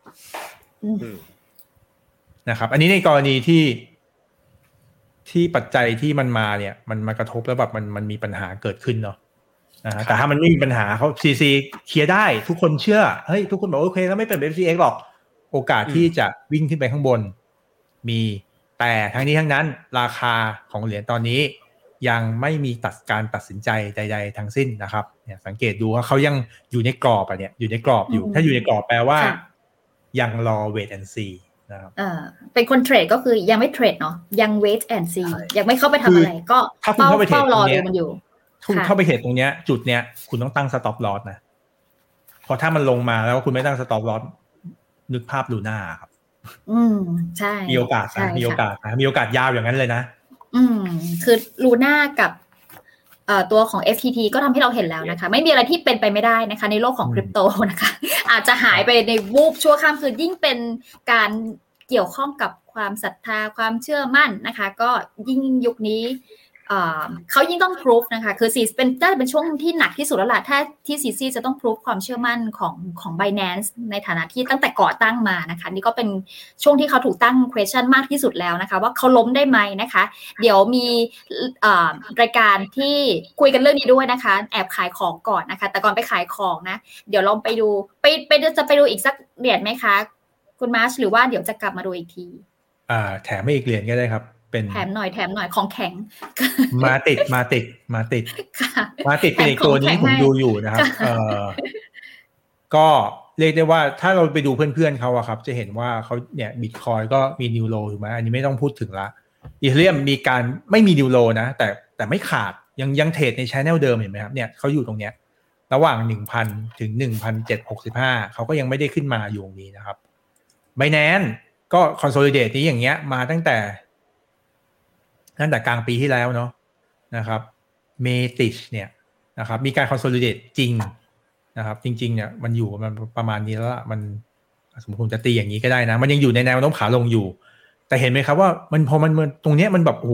นะครับอันนี้ในกรณีที่ที่ปัจจัยที่มันมาเนี่ยมันมากระทบแล้วแบบมันมันมีปัญหาเกิดขึ้นเนาะนะฮะแต่ถ้ามันไม่มีปัญหาเขา ซี ซี เคลียร์ได้ทุกคนเชื่อเฮ้ยทุกคนบอกโอเคแล้วไม่เป็น เอฟ ที เอ็กซ์ หรอกโอกาสที่จะวิ่งขึ้นไปข้างบนมีแต่ทั้งนี้ทั้งนั้นราคาของเหรียญตอนนี้ยังไม่มีตัดการตัดสินใจใดๆทั้งสิ้นนะครับเนี่ยสังเกตดูว่าเขายังอยู่ในกรอบอ่ะเนี่ยอยู่ในกรอบอยู่ถ้าอยู่ในกรอบแปลว่ายังรอ wait and see นะครับเออเป็นคนเทรดก็คือยังไม่เทรดเนาะยัง wait and see ยังไม่เข้าไปทำอะไรก็เฝ้าเฝ้ารอดูมันอยู่คุณเข้าไปเทรดตรงเนี้ยจุดเนี้ยคุณต้องตั้ง stop loss นะพอถ้ามันลงมาแล้วคุณไม่ตั้ง stop loss นึกภาพลูน่าครับอืมใช่มีโอกาสนะมีโอกาสนะมีโอกาสยาวอย่างนั้นเลยนะอืมคือลูน่ากับเอ่อตัวของ เอฟ ที ที ก็ทำให้เราเห็นแล้วนะคะไม่มีอะไรที่เป็นไปไม่ได้นะคะในโลกของคริปโตนะคะอาจจะหายไปในวูบชั่วข้ามคืนยิ่งเป็นการเกี่ยวข้องกับความศรัทธาความเชื่อมั่นนะคะก็ยิ่งยุคนี้เอ่อเขายิ่งต้อง proof นะคะคือซีเป็นน่าจะเป็นช่วงที่หนักที่สุดแล้วล่ะถ้าที่ซีซีจะต้อง proof ความเชื่อมั่นของของ Binance ในฐานะที่ตั้งแต่ก่อตั้งมานะคะนี่ก็เป็นช่วงที่เขาถูกตั้ง question มากที่สุดแล้วนะคะว่าเขาล้มได้ไหมนะคะเดี๋ยวมีรายการที่คุยกันเรื่องนี้ด้วยนะคะแอบขายของก่อนนะคะแต่ก่อนไปขายของนะเดี๋ยวลองไปดูไปไปจะไปดูอีกสักเหรียญไหมคะคุณมาร์ชหรือว่าเดี๋ยวจะกลับมาดูอีกทีอ่าแถมไม่อีกเหรียญก็ได้ครับแถมหน่อยแถมหน่อยของแข็งมาติดมาติดมาติดมาติดเป็นอีกตัวนี้ผมดูอยู่นะครับเออก็เรียกได้ว่าถ้าเราไปดูเพื่อนๆเขาอะครับจะเห็นว่าเขาเนี่ยบิตคอยก็มีนิวโลถูกไหมอันนี้ไม่ต้องพูดถึงละอีเธเรียมมีการไม่มีนิวโลนะแต่แต่ไม่ขาดยังยังเทรดใน channel เดิมเห็นไหมครับเนี่ยเขาอยู่ตรงเนี้ยระหว่าง หนึ่งพัน ถึง หนึ่งพันเจ็ดร้อยหกสิบห้า เขาก็ยังไม่ได้ขึ้นมาอยู่ตรงนี้นะครับ Binance ก็ consolidate นี้อย่างเงี้ยมาตั้งแต่ตั้งแต่กลางปีที่แล้วเนาะนะครับเมติชเนี่ยนะครับมีการ consolidate จริงนะครับจริงๆเนี่ยมันอยู่มันประมาณนี้แล้วล่ะมันสมมติผมจะตีอย่างนี้ก็ได้นะมันยังอยู่ในแนวโน้มขาลงอยู่แต่เห็นไหมครับว่ามันพอมันตรงเนี้ยมันแบบโอ้โห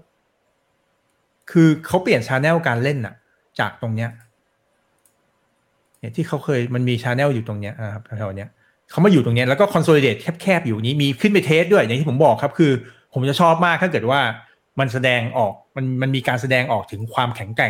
คือเขาเปลี่ยน channel การเล่นน่ะจากตรงเนี้ยเนี่ยที่เขาเคยมันมี channel อยู่ตรงเนี้ยนะครับแถวๆเนี้ยเขามาอยู่ตรงเนี้ยแล้วก็ consolidate แคบๆอยู่นี้มีขึ้นไปเทสด้วยอย่างที่ผมบอกครับคือผมจะชอบมากถ้าเกิดว่ามันแสดงออกมันมันมีการแสดงออกถึงความแข็งแกร่ง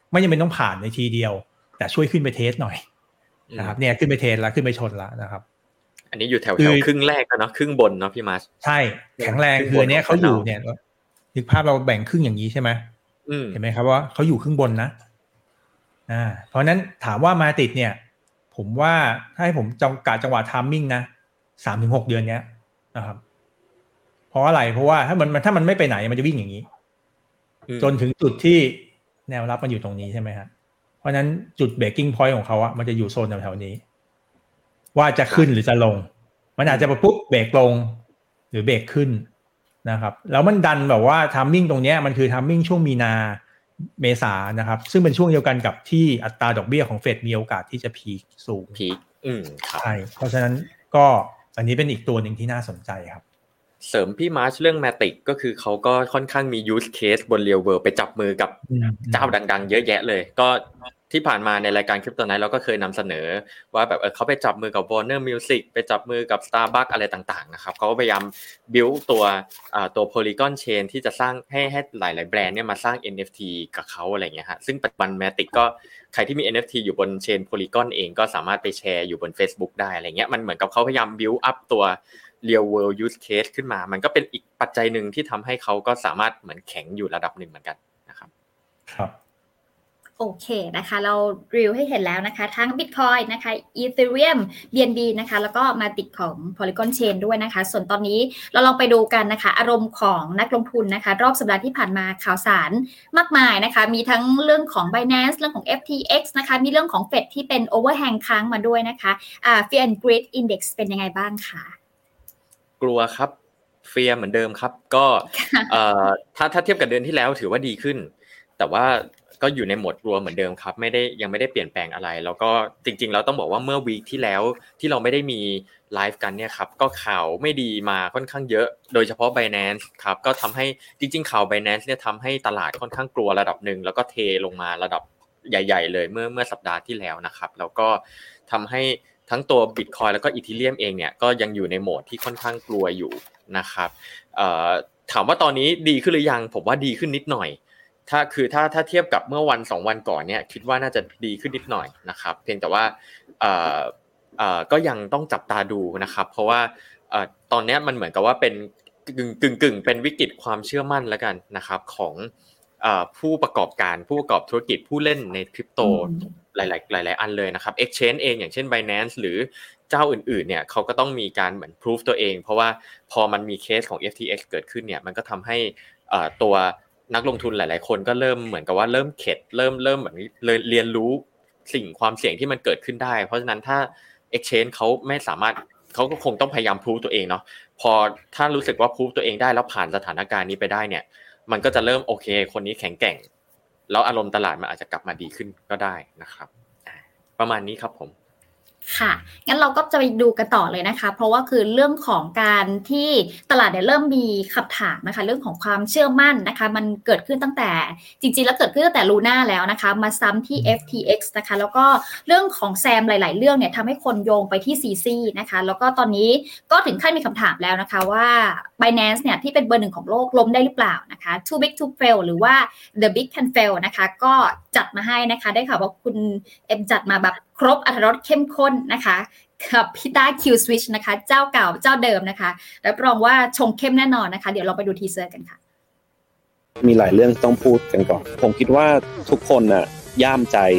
ไม่จำเป็นต้องผ่านในทีเดียวแต่ช่วยขึ้นไปเทสหน่อยนะครับเนี่ยขึ้นไปเทสแล้วขึ้นไปชนแล้วนะครับอันนี้อยู่แถวแถวครึ่งแรกแล้วเนาะครึ่งบนเนาะพี่มาร์ชใช่แข็งแรงคือเนี้ยเขาอยู่เนี่ยนึกภาพเราแบ่งครึ่งอย่างนี้ใช่ไหมเห็นไหมครับว่าเขาอยู่ครึ่งบนนะอ่าเพราะนั้นถามว่ามาติดเนี่ยผมว่าถ้าให้ผมจำกัดจังหวะไทมิ่งนะ สามถึงหก เดือนเนี้ยนะครับเพราะอะไรเพราะว่าถ้ามันถ้ามันไม่ไปไหนมันจะวิ่งอย่างนี้จนถึงจุดที่แนวรับมันอยู่ตรงนี้ใช่ไหมครับเพราะนั้นจุดเบรกกิ้งพอยต์ของเขาอะมันจะอยู่โซนแถวๆนี้ว่าจะขึ้นหรือจะลงมันอาจจะปุ๊บเบรกลงหรือเบรกขึ้นนะครับแล้วมันดันแบบว่าไทมิ่งตรงเนี้ยมันคือไทมิ่งช่วงมีนาเมษานะครับซึ่งเป็นช่วงเดียวกันกับที่อัตราดอกเบี้ยของเฟดมีโอกาสที่จะพีคสูงพีคอืมครับใช่เพราะฉะนั้นก็อันนี้เป็นอีกตัวหนึ่งที่น่าสนใจครับเสริมพี่มาร์ชเรื่อง Matic ก็คือเขาก็ค่อนข้างมี use case บน Real World ไปจับมือกับเจ้าดังๆเยอะแยะเลยก็ที่ผ่านมาในรายการ Crypto Night เราก็เคยนำเสนอว่าแบบเออเขาไปจับมือกับ Warner Music ไปจับมือกับ Starbucks อะไรต่างๆนะครับเขาก็พยายาม build ตัวอ่าตัว Polygon Chain ที่จะสร้างให้ให้หลายๆแบรนด์เนี่ยมาสร้าง เอ็น เอฟ ที กับเขาอะไรเงี้ยฮะซึ่งปัจจุบัน Matic ก็ใครที่มี เอ็น เอฟ ที อยู่บน Chain Polygon เองก็สามารถไปแชร์อยู่บน Facebook ได้อะไรเงี้ยมันเหมือนกับเขาพยายาม build up ตัวreal world use case ขึ้นมามันก็เป็นอีกปัจจัยหนึ่งที่ทำให้เขาก็สามารถเหมือนแข็งอยู่ระดับหนึ่งเหมือนกันนะครับครับโอเคนะคะเรารีวิวให้เห็นแล้วนะคะทั้ง Bitcoin นะคะ Ethereum บี เอ็น บี นะคะแล้วก็มาติดของ Polygon Chain ด้วยนะคะส่วนตอนนี้เราลองไปดูกันนะคะอารมณ์ของนักลงทุนนะคะรอบสัปดาห์ที่ผ่านมาข่าวสารมากมายนะคะมีทั้งเรื่องของ Binance เรื่องของ เอฟ ที เอ็กซ์ นะคะมีเรื่องของ Fed ที่เป็น overhang ค้างมาด้วยนะคะอ่า Fear and Greed Index เป็นยังไงบ้างคะกลัวครับเฟียร์เหมือนเดิมครับก็เอ่อถ้าถ้าเทียบกับเดือนที่แล้วถือว่าดีขึ้นแต่ว่าก็อยู่ในโหมดกลัวเหมือนเดิมครับไม่ได้ยังไม่ได้เปลี่ยนแปลงอะไรแล้วก็จริงๆเราต้องบอกว่าเมื่อวีคที่แล้วที่เราไม่ได้มีไลฟ์กันเนี่ยครับก็ข่าวไม่ดีมาค่อนข้างเยอะโดยเฉพาะ Binance ครับก็ทำให้จริงๆข่าว Binance เนี่ยทำให้ตลาดค่อนข้างกลัวระดับนึงแล้วก็เทลงมาระดับใหญ่ๆเลยเมื่อเมื่อสัปดาห์ที่แล้วนะครับแล้วก็ทำให้ทั้งตัว Bitcoin แล้วก็ Ethereum เองเนี่ยก็ยังอยู่ในโหมดที่ค่อนข้างกลัวอยู่นะครับเอ่อถามว่าตอนนี้ดีขึ้นหรือยังผมว่าดีขึ้นนิดหน่อยถ้าคือถ้าถ้าเทียบกับเมื่อวันสองวันก่อนเนี่ยคิดว่าน่าจะดีขึ้นนิดหน่อยนะครับเพียงแต่ว่าเอ่อเอ่อก็ยังต้องจับตาดูนะครับเพราะว่าเอ่อตอนนี้มันเหมือนกับว่าเป็นกึ่งกึ่งกึ่งเป็นวิกฤตความเชื่อมั่นแล้วกันนะครับของเอ่อผู้ประกอบการผู้ประกอบธุรกิจผู้เล่นในคริปโตหลายๆหลายๆอันเลยนะครับ Exchange เองอย่างเช่น Binance หรือเจ้าอื่นๆเนี่ยเขาก็ต้องมีการเหมือน proof ตัวเองเพราะว่าพอมันมีเคสของ เอฟ ที เอ็กซ์ เกิดขึ้นเนี่ยมันก็ทำให้เอ่อตัวนักลงทุนหลายๆคนก็เริ่มเหมือนกับว่าเริ่มเข็ดเริ่มเริ่มเหมือนเรียนรู้สิ่งความเสี่ยงที่มันเกิดขึ้นได้เพราะฉะนั้นถ้า Exchange เขาไม่สามารถเขาก็คงต้องพยายาม proof ตัวเองเนาะพอถ้ารู้สึกว่า proof ตัวเองได้แล้วผ่านสถานการณ์นี้ไปได้เนี่ยมันก็จะเริ่มโอเคคนนี้แข็งแกร่งแล้วอารมณ์ตลาดมันอาจจะกลับมาดีขึ้นก็ได้นะครับประมาณนี้ครับผมค่ะงั้นเราก็จะไปดูกันต่อเลยนะคะเพราะว่าคือเรื่องของการที่ตลาดเนี่ยเริ่มมีคำถามนะคะเรื่องของความเชื่อมั่นนะคะมันเกิดขึ้นตั้งแต่จริงๆแล้วเกิดขึ้นตั้งแต่ลูน่าแล้วนะคะมาซ้ำที่ เอฟ ที เอ็กซ์ นะคะแล้วก็เรื่องของแซมหลายๆเรื่องเนี่ยทำให้คนโยงไปที่ ซี ซี นะคะแล้วก็ตอนนี้ก็ถึงขั้นมีคำถามแล้วนะคะว่า Binance เนี่ยที่เป็นเบอร์หนึ่งของโลกล้มได้หรือเปล่านะคะ Too Big to Fail หรือว่า The Big Can Fail นะคะก็จัดมาให้นะคะได้ข่าวว่าคุณเอ็มจัดมาแบบครบอรรถรสเข้มข้นนะคะกับพี่ต้า Q Switch นะคะเจ้าเก่าเจ้าเดิมนะคะรับรองว่าชงเข้มแน่นอนนะคะเดี๋ยวเราไปดูทีเซอร์กันค่ะมีหลายเรื่องต้องพูดกันก่อนผมคิดว่าทุกคนน่ะย่ามใจ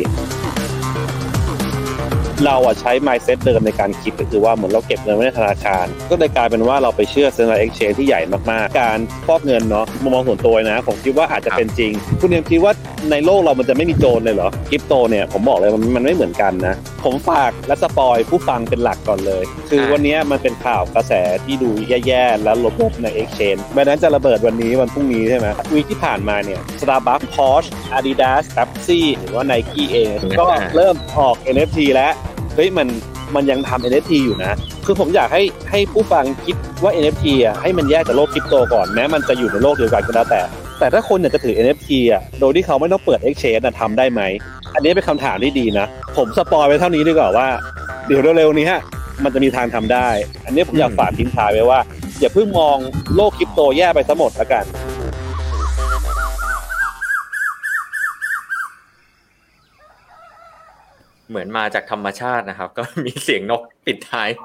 เราอ่ะใช้ mindset เดิมในการคิดก็คือว่าเหมือนเราเก็บเงินไว้ในธนาคารก็เลยกลายเป็นว่าเราไปเชื่อ Central Exchange ที่ใหญ่มากๆการฟอกเงินเนาะมุมมองส่วนตัวนะผมคิดว่าอาจจะเป็นจริงคุณยังคิดว่าในโลกเรามันจะไม่มีโจรเลยเหรอคริปโตเนี่ยผมบอกเลยมันมันไม่เหมือนกันนะผมฝากและสปอยผู้ฟังเป็นหลักก่อนเลยคือวันนี้มันเป็นข่าวกระแสที่ดูแย่ๆและลบๆใน Exchange แม้นั้นจะระเบิดวันนี้วันพรุ่งนี้ใช่ไหมวีคที่ผ่านมาเนี่ย Starbucks Porsche Adidas Pepsi หรือว่า Nike เองก็เริ่มออก เอ็น เอฟ ที แล้วเฮ้ยมันมันยังทำ เอ็น เอฟ ที อยู่นะคือผมอยากให้ให้ผู้ฟังคิดว่า เอ็น เอฟ ที อ่ะให้มันแยกจากโลกคริปโตก่อนแม้มันจะอยู่ในโลกเดียวกันก็แล้วแต่แต่ถ้าคนอยากจะถือ เอ็น เอฟ ที อ่ะโดยที่เขาไม่ต้องเปิด Exchange น่ะทำได้ไหมอันนี้เป็นคำถามที่ดีนะผมสปอยไว้เท่านี้ดีกว่าว่าเดี๋ยวเร็วๆนี้มันจะมีทางทำได้อันนี้ผมอยากฝากทิ้งท้ายไว้ว่าอย่าเพิ่งมองโลกคริปโตแย่ไปซะหมดละกันเหมือนมาจากธรรมชาตินะครับก็มีเสียงนกปิดท้าย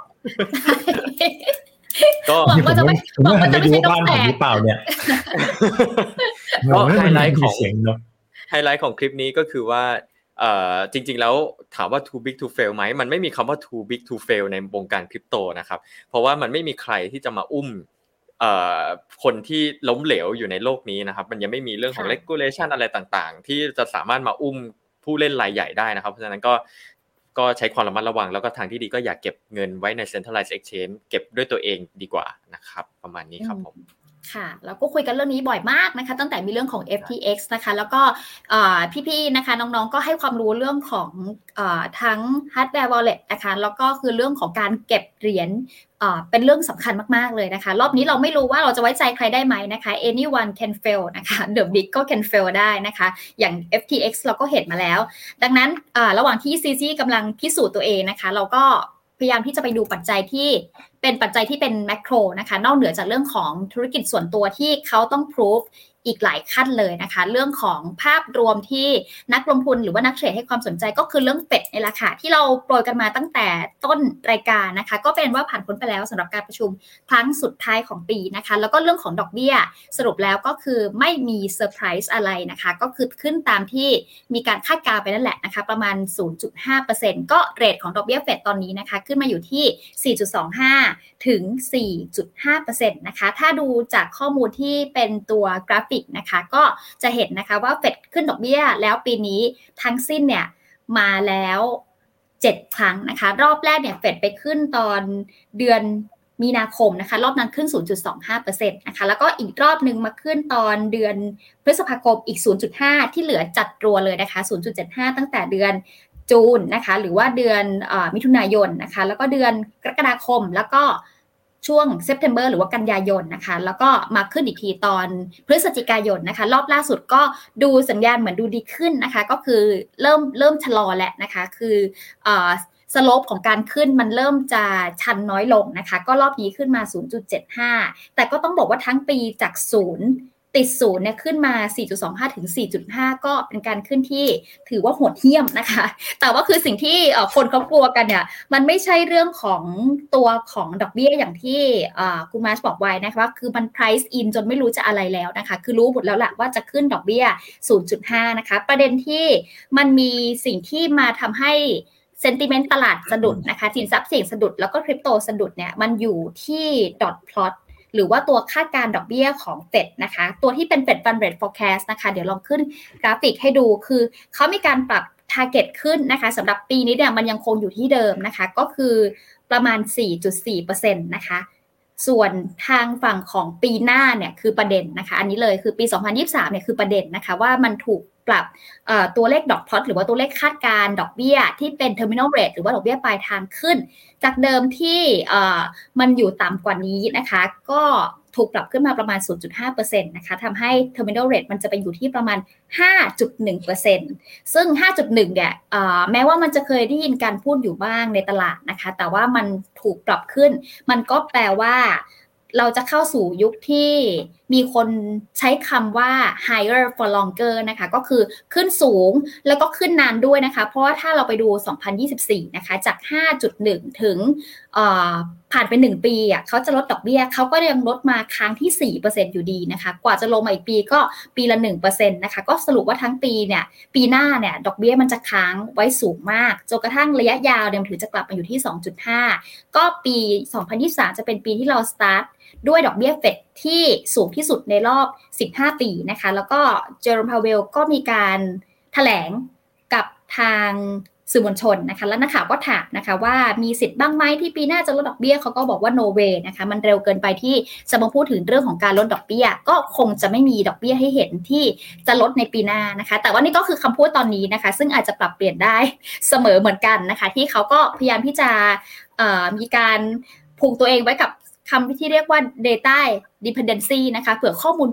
ก็หวังว่าจะไม่หวังว่าจะไม่ใช่นกแปลกหรือเปล่าเนี่ยก็ไฮไลท์ของไฮไลท์ของคลิปนี้ก็คือว่าเอ่อจริงๆแล้วถามว่า too big to fail ไหมมันไม่มีคำว่า too big to fail ในวงการคริปโตนะครับเพราะว่ามันไม่มีใครที่จะมาอุ้มเอ่อคนที่ล้มเหลวอยู่ในโลกนี้นะครับมันยังไม่มีเรื่องของ regulation อะไรต่างๆที่จะสามารถมาอุ้มผู้เล่นรายใหญ่ได้นะครับเพราะฉะนั้นก็ก็ใช้ความระมัดระวังแล้วก็ทางที่ดีก็อย่าเก็บเงินไว้ใน centralized exchange เก็บด้วยตัวเองดีกว่านะครับประมาณนี้ครับผมค่ะแล้วก็คุยกันเรื่องนี้บ่อยมากนะคะตั้งแต่มีเรื่องของ เอฟ ที เอ็กซ์ นะคะแล้วก็พี่ๆนะคะน้องๆก็ให้ความรู้เรื่องของทั้ง hardware wallet นะคะแล้วก็คือเรื่องของการเก็บเหรียญเป็นเรื่องสำคัญมากๆเลยนะคะรอบนี้เราไม่รู้ว่าเราจะไว้ใจใครได้ไหมนะคะ anyone can fail นะคะ the big ก็ can fail ได้นะคะอย่าง เอฟ ที เอ็กซ์ เราก็เห็นมาแล้วดังนั้นระหว่างที่ ซี ซี กำลังพิสูจน์ตัวเองนะคะเราก็พยายามที่จะไปดูปัจจัยที่เป็นปัจจัยที่เป็นแมคโครนะคะนอกเหนือจากเรื่องของธุรกิจส่วนตัวที่เขาต้องพิสูจน์อีกหลายขั้นเลยนะคะเรื่องของภาพรวมที่นักลงทุนหรือว่านักเทรดให้ความสนใจก็คือเรื่องเฟดในราคาที่เราโปรยกันมาตั้งแต่ต้นรายการนะคะก็เป็นว่าผ่านพ้นไปแล้วสำหรับการประชุมครั้งสุดท้ายของปีนะคะแล้วก็เรื่องของดอกเบี้ยสรุปแล้วก็คือไม่มีเซอร์ไพรส์อะไรนะคะก็คือขึ้นตามที่มีการคาดการณ์ไปนั่นแหละนะคะประมาณ ศูนย์จุดห้าเปอร์เซ็นต์ ก็เรทของดอกเบี้ยเฟดตอนนี้นะคะขึ้นมาอยู่ที่ สี่จุดสองห้า ถึง สี่จุดห้าเปอร์เซ็นต์ นะคะถ้าดูจากข้อมูลที่เป็นตัวกราฟิกนะคะก็จะเห็นนะคะว่าเฟดขึ้นดอกเบี้ยแล้วปีนี้ทั้งสิ้นเนี่ยมาแล้วเจ็ดครั้งนะคะรอบแรกเนี่ยเฟดไปขึ้นตอนเดือนมีนาคมนะคะรอบนั้นขึ้น ศูนย์จุดสองห้าเปอร์เซ็นต์ นะคะแล้วก็อีกรอบนึงมาขึ้นตอนเดือนพฤษภาคมอีก ศูนย์จุดห้า ที่เหลือจัดรัวเลยนะคะ ศูนย์จุดเจ็ดห้า ตั้งแต่เดือนจูนนะคะหรือว่าเดือนเอ่อมิถุนายนนะคะแล้วก็เดือนกรกฎาคมแล้วก็ช่วง September หรือว่ากันยายนนะคะแล้วก็มาขึ้นอีกทีตอนพฤศจิกายนนะคะรอบล่าสุดก็ดูสัญญาณเหมือนดูดีขึ้นนะคะก็คือเริ่มเริ่มชะลอแล้วนะคะคือเอ่อสโลปของการขึ้นมันเริ่มจะชันน้อยลงนะคะก็รอบนี้ขึ้นมา ศูนย์จุดเจ็ดห้า แต่ก็ต้องบอกว่าทั้งปีจากศูนย์ติดศูนย์เนี่ยขึ้นมา สี่จุดสองห้า ถึง สี่จุดห้า ก็เป็นการขึ้นที่ถือว่าโหดเหี้ยมนะคะแต่ว่าคือสิ่งที่คนเขากลัวกันเนี่ยมันไม่ใช่เรื่องของตัวของดอกเบี้ยอย่างที่คุณมาร์ชบอกไว้นะคะว่าคือมัน price in จนไม่รู้จะอะไรแล้วนะคะคือรู้หมดแล้วแหละว่าจะขึ้นดอกเบี้ย ศูนย์จุดห้า นะคะประเด็นที่มันมีสิ่งที่มาทำให้sentiment ตลาดสะดุดนะคะสินทรัพย์เสี่ยงสะดุดแล้วก็คริปโตสะดุดเนี่ยมันอยู่ที่ dot plotหรือว่าตัวคาดการณ์ดอกเบี้ยของเฟดนะคะตัวที่เป็น Fed Fund Rate Forecast นะคะเดี๋ยวลองขึ้นกราฟิกให้ดูคือเขามีการปรับ target ขึ้นนะคะสำหรับปีนี้เนี่ยมันยังคงอยู่ที่เดิมนะคะก็คือประมาณ สี่จุดสี่เปอร์เซ็นต์ นะคะส่วนทางฝั่งของปีหน้าเนี่ยคือประเด็นนะคะอันนี้เลยคือปีสองพันยี่สิบสามเนี่ยคือประเด็นนะคะว่ามันถูกปรับตัวเลขดอกพลอตหรือว่าตัวเลขคาดการณ์ดอกเบี้ยที่เป็น terminal rate หรือว่าดอกเบี้ยปลายทางขึ้นจากเดิมที่มันอยู่ต่ำกว่านี้นะคะก็ถูกปรับขึ้นมาประมาณ ศูนย์จุดห้าเปอร์เซ็นต์ นะคะทำให้ terminal rate มันจะไปอยู่ที่ประมาณ ห้าจุดหนึ่งเปอร์เซ็นต์ ซึ่ง ห้าจุดหนึ่ง เนี่ยแม้ว่ามันจะเคยได้ยินการพูดอยู่บ้างในตลาดนะคะแต่ว่ามันถูกปรับขึ้นมันก็แปลว่าเราจะเข้าสู่ยุคที่มีคนใช้คำว่า higher for longer นะคะก็คือขึ้นสูงแล้วก็ขึ้นนานด้วยนะคะเพราะว่าถ้าเราไปดูสองพันยี่สิบสี่นะคะจาก ห้าจุดหนึ่ง ถึงผ่านไปหนึ่งปีอ่ะเขาจะลดดอกเบี้ยเขาก็ยังลดมาค้างที่ สี่เปอร์เซ็นต์ อยู่ดีนะคะกว่าจะลงมาอีกปีก็ปีละ หนึ่งเปอร์เซ็นต์ นะคะก็สรุปว่าทั้งปีเนี่ยปีหน้าเนี่ยดอกเบี้ยมันจะค้างไว้สูงมากจนกระทั่งระยะยาวเนี่ยถือจะกลับมาอยู่ที่ สองจุดห้า ก็ปีสองพันยี่สิบสามจะเป็นปีที่เราสตาร์ทด้วยดอกเบี้ยเฟดที่สูงที่สุดในรอบสิบห้าปีนะคะแล้วก็เจอร์มพาเวลก็มีการแถลงกับทางสื่อมวลชนนะคะแล้วนักข่าวก็ถามนะคะว่ามีสิทธิ์บ้างไหมที่ปีหน้าจะลดดอกเบี้ยเขาก็บอกว่า no way นะคะมันเร็วเกินไปที่จะมาพูดถึงเรื่องของการลดดอกเบี้ยก็คงจะไม่มีดอกเบี้ยให้เห็นที่จะลดในปีหน้านะคะแต่ว่านี่ก็คือคำพูดตอนนี้นะคะซึ่งอาจจะปรับเปลี่ยนได้เสมอเหมือนกันนะคะที่เขาก็พยายามที่จะมีการผูกตัวเองไว้กับคำที่เรียกว่า data dependency นะคะเผื่อข้อมูลเปลี่ยน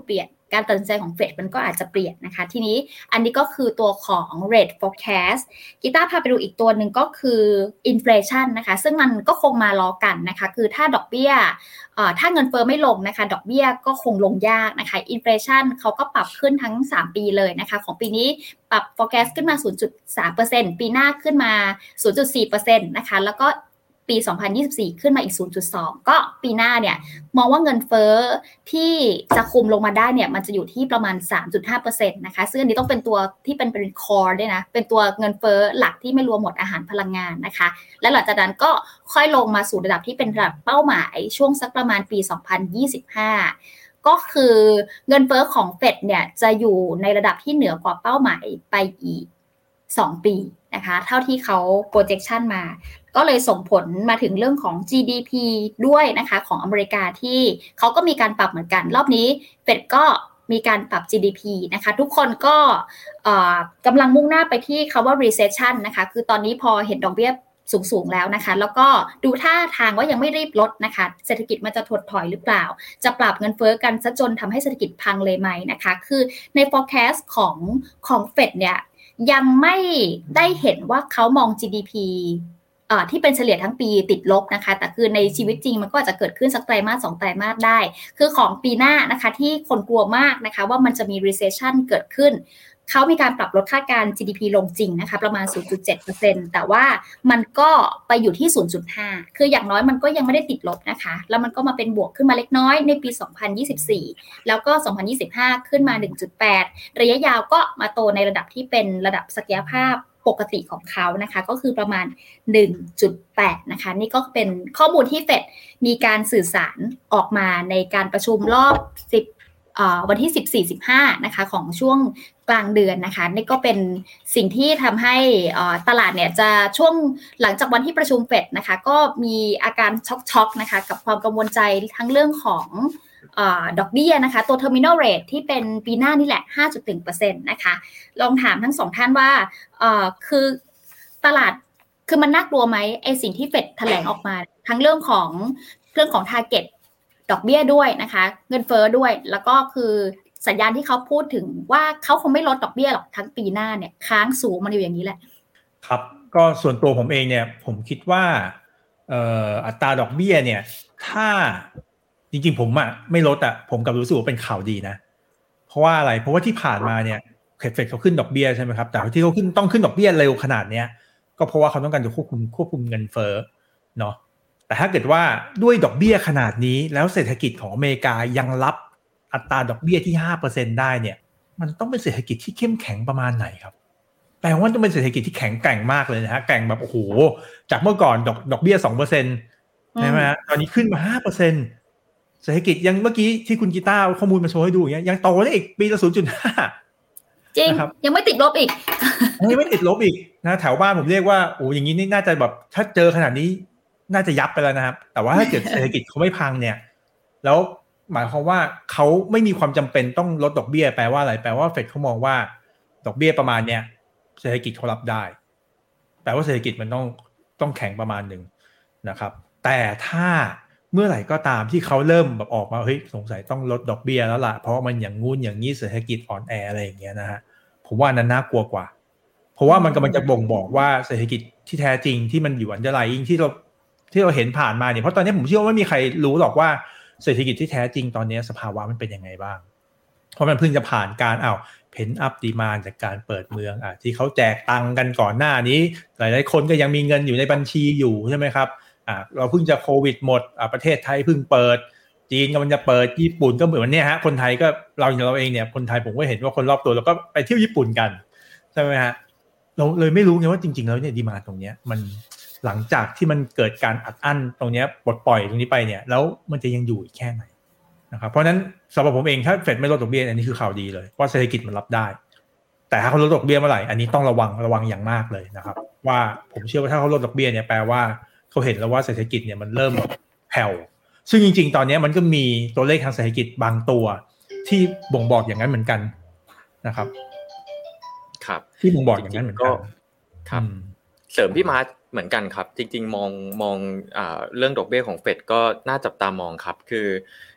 การตัดสินใจของเฟดมันก็อาจจะเปลี่ยนนะคะทีนี้อันนี้ก็คือตัวของ rate forecast กีตาร์พาไปดูอีกตัวหนึ่งก็คือ inflation นะคะซึ่งมันก็คงมาล้อกันนะคะคือถ้าดอกเบี้ยถ้าเงินเฟ้อไม่ลงนะคะดอกเบี้ยก็คงลงยากนะคะ inflation เขาก็ปรับขึ้นทั้งสามปีเลยนะคะของปีนี้ปรับ forecast ขึ้นมา ศูนย์จุดสามเปอร์เซ็นต์ ปีหน้าขึ้นมา ศูนย์จุดสี่เปอร์เซ็นต์ นะคะแล้วก็ปีสองพันยี่สิบสี่ขึ้นมาอีก ศูนย์จุดสอง ก็ปีหน้าเนี่ยมองว่าเงินเฟ้อที่จะคุมลงมาได้เนี่ยมันจะอยู่ที่ประมาณ สามจุดห้าเปอร์เซ็นต์ นะคะซึ่งอันนี้ต้องเป็นตัวที่เป็นเป็น core ด้วยนะเป็นตัวเงินเฟ้อหลักที่ไม่รวมหมดอาหารพลังงานนะคะและหลังจากนั้นก็ค่อยลงมาสู่ระดับที่เป็นระดับเป้าหมายช่วงสักประมาณปีสองพันยี่สิบห้าก็คือเงินเฟ้อของเฟดเนี่ยจะอยู่ในระดับที่เหนือกว่าเป้าหมายไปอีกสองปีนะคะเท่าที่เขา projection มาก็เลยส่งผลมาถึงเรื่องของ จี ดี พี ด้วยนะคะของอเมริกาที่เขาก็มีการปรับเหมือนกันรอบนี้เฟดก็มีการปรับ จี ดี พี นะคะทุกคนก็กำลังมุ่งหน้าไปที่คำว่า recession นะคะคือตอนนี้พอเห็นดอกเบี้ยสูงๆแล้วนะคะแล้วก็ดูท่าทางว่ายังไม่รีบลดนะคะเศรษฐกิจมันจะถดถอยหรือเปล่าจะปรับเงินเฟ้อกันซะจนทำให้เศรษฐกิจพังเลยไหมนะคะคือใน forecast ของของเฟดเนี่ยยังไม่ได้เห็นว่าเขามอง จี ดี พี เอ่อที่เป็นเฉลี่ยทั้งปีติดลบนะคะแต่คือในชีวิตจริงมันก็อาจจะเกิดขึ้นสักไตรมาสสองไตรมาสได้คือของปีหน้านะคะที่คนกลัวมากนะคะว่ามันจะมี recession เกิดขึ้นเขามีการปรับลดคาดการณ์ จี ดี พี ลงจริงนะคะประมาณ ศูนย์จุดเจ็ดเปอร์เซ็นต์ แต่ว่ามันก็ไปอยู่ที่ ศูนย์จุดห้า คืออย่างน้อยมันก็ยังไม่ได้ติดลบนะคะแล้วมันก็มาเป็นบวกขึ้นมาเล็กน้อยในปีสองพันยี่สิบสี่แล้วก็สองพันยี่สิบห้าขึ้นมา หนึ่งจุดแปด ระยะยาวก็มาโตในระดับที่เป็นระดับศักยภาพปกติของเขานะคะก็คือประมาณ หนึ่งจุดแปด นะคะนี่ก็เป็นข้อมูลที่เฟดมีการสื่อสารออกมาในการประชุมรอบสิบวันที่ สิบสี่ สิบห้า นะคะของช่วงกลางเดือนนะคะนี่ก็เป็นสิ่งที่ทำให้ตลาดเนี่ยจะช่วงหลังจากวันที่ประชุมเฟดนะคะก็มีอาการช็อกๆนะคะกับความกังวลใจทั้งเรื่องของดอกเบี้ยนะคะตัว terminal rate ที่เป็นปีหน้านี่แหละ ห้าจุดหนึ่งเปอร์เซ็นต์ นะคะลองถามทั้งสองท่านว่าคือตลาดคือมันน่ากลัวไหมไอสิ่งที่เฟดแถลงออกมาทั้งเรื่องของเรื่องของ target ดอกเบี้ยด้วยนะคะเงินเฟ้อด้วยแล้วก็คือสัญญาณที่เขาพูดถึงว่าเขาคงไม่ลดดอกเบี้ยหรอกทั้งปีหน้าเนี่ยค้างสูงมันอยู่อย่างนี้แหละครับก็ส่วนตัวผมเองเนี่ยผมคิดว่าเอ่ออัตราดอกเบี้ยเนี่ยถ้าจริงๆผมอ่ะไม่ลดอ่ะผมกลับรู้สึกว่าเป็นข่าวดีนะเพราะว่าอะไรเพราะว่าที่ผ่านมาเนี่ยเฟดเขาขึ้นดอกเบี้ยใช่ไหมครับแต่ที่เขาขึ้นต้องขึ้นดอกเบี้ยเร็วขนาดเนี้ยก็เพราะว่าเขาต้องการจะควบคุมควบคุมเงินเฟ้อเนาะแต่ถ้าเกิดว่าด้วยดอกเบี้ยขนาดนี้แล้วเศรษฐกิจของอเมริกายังรับอัตราดอกเบี้ยที่ ห้าเปอร์เซ็นต์ ได้เนี่ยมันต้องเป็นเศรษฐกิจที่เข้มแข็งประมาณไหนครับแปลว่าต้องเป็นเศรษฐกิจที่แข็งแกร่งมากเลยนะฮะแกร่งแบบโอ้โหจากเมื่อก่อนดอกดอกเบี้ย สองเปอร์เซ็นต์ ใช่ไหมฮะตอนนี้ขึ้นมา ห้าเปอร์เซ็นต์ เศรษฐกิจยังเมื่อกี้ที่คุณกีตาร์ข้อมูลมาโชว์ให้ดูอย่างเงี้ยยังโตได้อีกปีละ ศูนย์จุดห้าจริงยังไม่ติดลบอีกยังไม่ติดลบอีกนะแถวบ้านผมเรียกว่าโอ้อย่างนี้นี่น่าจะแบบถ้าเจอขนาดนี้น่าจะยับไปแล้วนะครับแต่ว่าถ้าเกิดเศรษฐกิจเขาไม่พังเนี่ยแล้วหมายความว่าเขาไม่มีความจำเป็นต้องลดดอกเบี้ยแปลว่าอะไรแปลว่าเฟดเขามองว่าดอกเบี้ยประมาณเนี้ยเศรษฐกิจเขารับได้แปลว่าเศรษฐกิจมันต้องต้องแข็งประมาณนึงนะครับแต่ถ้าเมื่อไหร่ก็ตามที่เขาเริ่มแบบออกมาเฮ้ยสงสัยต้องลดดอกเบี้ยแล้วล่ะเพราะมันอย่างงู้นอย่างนี้เศรษฐกิจอ่อนแออะไรอย่างเงี้ยนะฮะผมว่านั้นน่ากลัวกว่าเพราะว่ามันกำลังจะบ่งบอกว่าเศรษฐกิจที่แท้จริงที่มันอยู่อันเดอร์ไลน์ที่เราที่เราเห็นผ่านมาเนี่ยเพราะตอนนี้ผมเชื่อว่าไม่มีใครรู้หรอกว่าเศรษฐกิจที่แท้จริงตอนนี้สภาวะมันเป็นยังไงบ้างเพราะมันเพิ่งจะผ่านการอ้าวเพนอัพดีมานด์จากการเปิดเมืองอ่ะที่เขาแจกตังค์กันก่อนหน้านี้หลายๆคนก็ยังมีเงินอยู่ในบัญชีอยู่ใช่ไหมครับอ่าเราเพิ่งจะโควิดหมดอ่าประเทศไทยเพิ่งเปิดจีนกำลังจะเปิดญี่ปุ่นก็เหมือนวันนี้ฮะคนไทยก็เราอย่างเราเองเนี่ยคนไทยผมก็เห็นว่าคนรอบตัวเราก็ไปเที่ยวญี่ปุ่นกันใช่ไหมฮะเราเลยไม่รู้ไงว่าจริงๆแล้วเนี่ยดีมานด์ตรงเนี้ยมันหลังจากที่มันเกิดการอัดอั้นตรงนี้ปลดปล่อยตรงนี้ไปเนี่ยแล้วมันจะยังอยู่อีกแค่ไหนนะครับเพราะนั้นสำหรับผมเองถ้าเฟดไม่ลดดอกเบี้ยอันนี้คือข่าวดีเลยว่าเศรษฐกิจมันรับได้แต่ถ้าเขาลดดอกเบี้ยเมื่อไหร่อันนี้ต้องระวังระวังอย่างมากเลยนะครับว่าผมเชื่อว่าถ้าเขาลดดอกเบี้ยเนี่ยแปลว่าเขาเห็นแล้วว่าเศรษฐกิจเนี่ยมันเริ่มแบบแผ่วซึ่งจริงๆตอนนี้มันก็มีตัวเลขทางเศรษฐกิจบางตัวที่บ่งบอกอย่างนั้นเหมือนกันนะครับครับที่บ่งบอกอย่างนั้นเหมือนกันครับเสริมพี่มาร์ทเหมือนกันครับจริงๆมองมองอ่าเรื่องดอกเบี้ยของเฟดก็น่าจับตามองครับคือ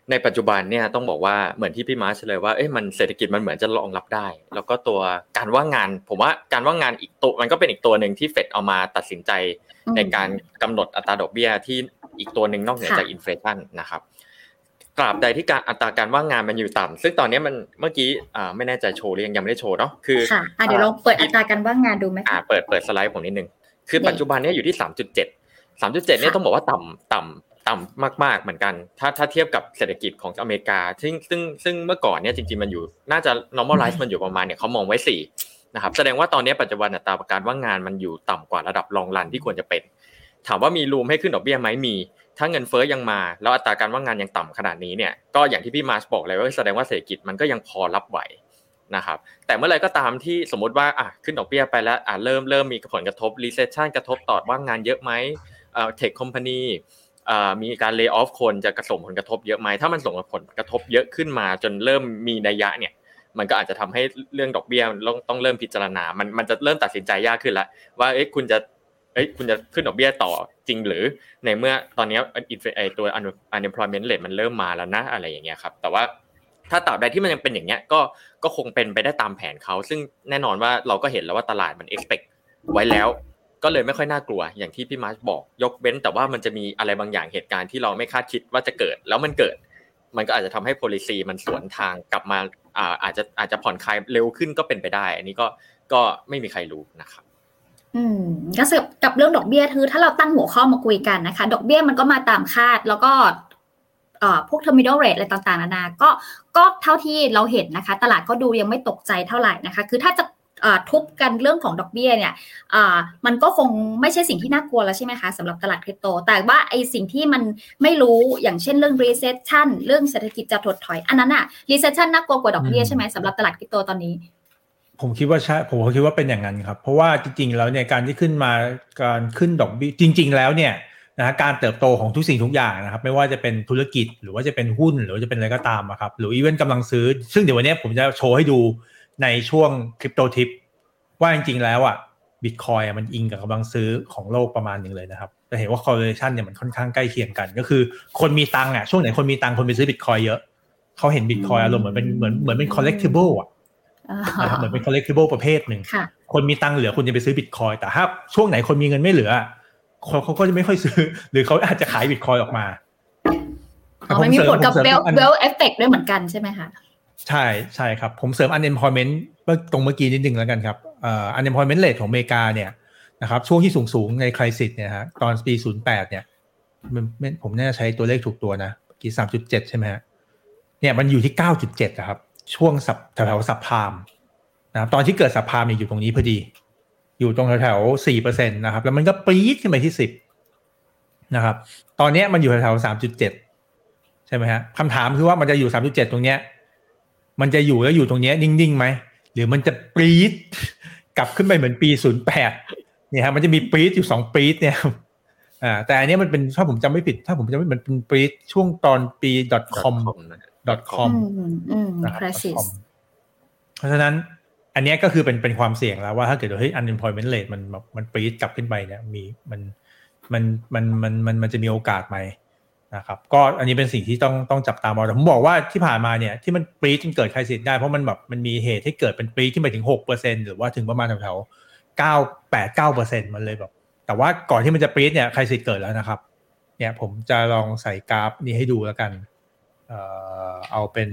ในปัจจุบันเนี่ยต้องบอกว่าเหมือนที่พี่มาร์ชเลยว่าเอ้ยมันเศรษฐกิจมันเหมือนจะรองรับได้แล้วก็ตัวการว่างงานผมว่าการว่างงานอีกตัวมันก็เป็นอีกตัวนึงที่เฟดเอามาตัดสินใจในการกำหนดอัตราดอกเบี้ยที่อีกตัวนึงนอกเหนือจากอินเฟลชันนะครับตราบใดที่การอัตราการว่างงานมันอยู่ต่ำซึ่งตอนนี้มันเมื่อกี้อ่าไม่แน่ใจโชว์หรือยังยังไม่ได้โชว์เนาะคือค่ะอ่ะเดี๋ยวลองเปิดอัตราการว่างงานดูมั้ยอ่าเปิดเปิดสไลด์ผมนิดนึงคือปัจจุบันนี้อยู่ที่ สามจุดเจ็ด สามจุดเจ็ด เนี่ยต้องบอกว่าต่ำต่ำต่ำมากๆเหมือนกันถ้าถ้าเทียบกับเศรษฐกิจของอเมริกาซึ่งซึ่งซึ่งเมื่อก่อนเนี่ยจริงๆมันอยู่น่าจะ normalize มันอยู่ประมาณเนี่ยเขามองไว้สี่นะครับแสดงว่าตอนนี้ปัจจุบันอัตราการว่างงานมันอยู่ต่ำกว่าระดับ long run ที่ควรจะเป็นถามว่ามีรูมให้ขึ้นดอกเบี้ยไหมมีถ้าเงินเฟ้อยังมาแล้วอัตราการว่างงานยังต่ำขนาดนี้เนี่ยก็อย่างที่พี่มาร์ชบอกเลยว่าแสดงว่าเศรษฐกิจมันก็ยังพอรับไหวนะครับแต่เมื่อไรก็ตามที่สมมติว่าอ่ะขึ้นดอกเบี้ยไปแล้วอ่ะเริ่มเริ่มมีผลกระทบ recession กระทบต่อว่างงานเยอะไหมเอ่อ tech company เอ่อมีการ lay off คนจะกระส่งผลกระทบเยอะไหมถ้ามันส่งผลกระทบเยอะขึ้นมาจนเริ่มมีนัยยะเนี่ยมันก็อาจจะทำให้เรื่องดอกเบี้ยต้องต้องเริ่มพิจารณามันมันจะเริ่มตัดสินใจยากขึ้นแล้วว่าเอ๊ะคุณจะเอ้ยคุณจะขึ้นดอกเบี้ยต่อจริงหรือในเมื่อตอนนี้ไอ้ตัว unemployment rate มันเริ่มมาแล้วนะอะไรอย่างเงี้ยครับแต่ว่าถ้าตราบใดที่มันยังเป็นอย่างเงี้ยก็ก็คงเป็นไปได้ตามแผนเขาซึ่งแน่นอนว่าเราก็เห็นแล้วว่าตลาดมัน expect ไว้แล้วก็เลยไม่ค่อยน่ากลัวอย่างที่พี่มาร์ชบอกยกเว้นแต่ว่ามันจะมีอะไรบางอย่างเหตุการณ์ที่เราไม่คาดคิดว่าจะเกิดแล้วมันเกิดมันก็อาจจะทำให้ policy มันสวนทางกลับมาอ่าอาจจะอาจจะผ่อนคลายเร็วขึ้นก็เป็นไปได้อันนี้ก็ก็ไม่มีใครรู้นะครับอืมก็สกับเรื่องดอกเบี้ยคือถ้าเราตั้งหัวข้อมาคุยกันนะคะดอกเบี้ยมันก็มาตามคาดแล้วก็เอ่อพวก terminal rate อะไรต่างๆนานาก็ก็เท่าที่เราเห็นนะคะตลาดก็ดูยังไม่ตกใจเท่าไหร่นะคะคือถ้าจะเอ่อทุบกันเรื่องของดอกเบี้ยเนี่ยอ่ามันก็คงไม่ใช่สิ่งที่น่ากลัวแล้วใช่ไหมคะสำหรับตลาดคริปโตแต่ว่าไอ้สิ่งที่มันไม่รู้อย่างเช่นเรื่อง recession เรื่องเศรษฐกิจจะถดถอยอันนั้นอะ recession น่ากลัวกว่าดอกเบี้ยใช่ไหมสำหรับตลาดคริปโตตอนนี้ผมคิดว่าใช่ผมคิดว่าเป็นอย่างนั้นครับเพราะว่าจริงๆแล้วเนี่ยการที่ขึ้นมาการขึ้นดอกเบี้ยจริงๆแล้วเนี่ยนะการเติบโตของทุกสิ่งทุกอย่างนะครับไม่ว่าจะเป็นธุรกิจหรือว่าจะเป็นหุ้นหรือว่าจะเป็นอะไรก็ตามครับหรืออีเวนต์กำลังซื้อซึ่งเดี๋ยววันนี้ผมจะโชว์ให้ดูในช่วงคริปโตทิปว่าจริงๆแล้วอ่ะ Bitcoin มันอิงกับกำลังซื้อของโลกประมาณนึงเลยนะครับจะเห็นว่า correlation เนี่ยมันค่อนข้างใกล้เคียงกันก็คือคนมีตังค์อ่ะช่วงไหนคนมีตังค์คนไปซื้อ Bitcoin เยอะเขาเห็น Bitcoin อารมณ์เหมือนเป็นเหมือนเหมือนเป็น collectible อ่ะนะครับเหมือนเป็น collectible ประเภทหนึ่งคนมีตังค์เหลือคุณจะไปซื้อ Bitcoin แต่ถ้าช่วงไหนคนมีเงินไม่เหลือเขาเขาก็จะไม่ค่อยซื้อหรือเขาอาจจะขาย Bitcoin ออกมาอ๋อมันมีผลกับ wealth effect ด้วยเหมือนกันใช่ไหมคะใช่ใช่ครับผมเสริม unemployment ตรงเมื่อกี้นิดนึงแล้วกันครับเอ่อ unemployment rate ของอเมริกาเนี่ยนะครับช่วงที่สูงๆใน crisis เนี่ยฮะตอนปีศูนย์แปดเนี่ยผมน่าจะใช้ตัวเลขถูกตัวนะเมื่อกี้ สามจุดเจ็ด ใช่มั้ยฮะเนี่ยมันอยู่ที่ เก้าจุดเจ็ด อ่ะครับช่วงสับแถวๆซับไพรม์นะครับตอนที่เกิดซับไพรม์เนี่ยอยู่ตรงนี้พอดีอยู่ตรงแถวๆ สี่เปอร์เซ็นต์ นะครับแล้วมันก็ปี๊ดขึ้นไปที่สิบนะครับตอนนี้มันอยู่แถวๆ สามจุดเจ็ด ใช่มั้ยฮะคำถามคือว่ามันจะอยู่ สามจุดเจ็ด ตรงเนี้ยมันจะอยู่แล้วอยู่ตรงเนี้ยนิ่งๆมั้ยหรือมันจะปี๊ดกลับขึ้นไปเหมือนปีศูนย์แปดเนี่ยฮะมันจะมีปี๊ดอยู่สองปี๊ดเนี่ยอ่าแต่อันนี้มันเป็นถ้าผมจำไม่ผิดถ้าผมจำไม่ผิดมันเป็นปี๊ดช่วงตอนปี .com .com อืม crisis เพราะฉะนั้นอันนี้ก็คือเป็นเป็นความเสี่ยงแล้วว่าถ้าเกิดเฮ้ย unemployment rate มันแบบมันปรี๊ดกลับขึ้นไปเนี่ยมีมันมันมันมันมันมันจะมีโอกาสไหมนะครับก็อันนี้เป็นสิ่งที่ต้องต้องจับตามองแต่ผมบอกว่าที่ผ่านมาเนี่ยที่มันปรี๊ดจนเกิด crisis ได้เพราะมันแบบมันมีเหตุให้เกิดเป็นปรี๊ดขึ้นไปถึง หกเปอร์เซ็นต์ หรือว่าถึงประมาณแถวๆเก้า แปด เก้าเปอร์เซ็นต์ มันเลยแบบแต่ว่าก่อนที่มันจะปรี๊ดเนี่ย crisis เกิดแล้วนะครับเนี่ยผมจะลองใส่กราฟนี้ให้ดูแล้วกันเอ่อเอาเป็น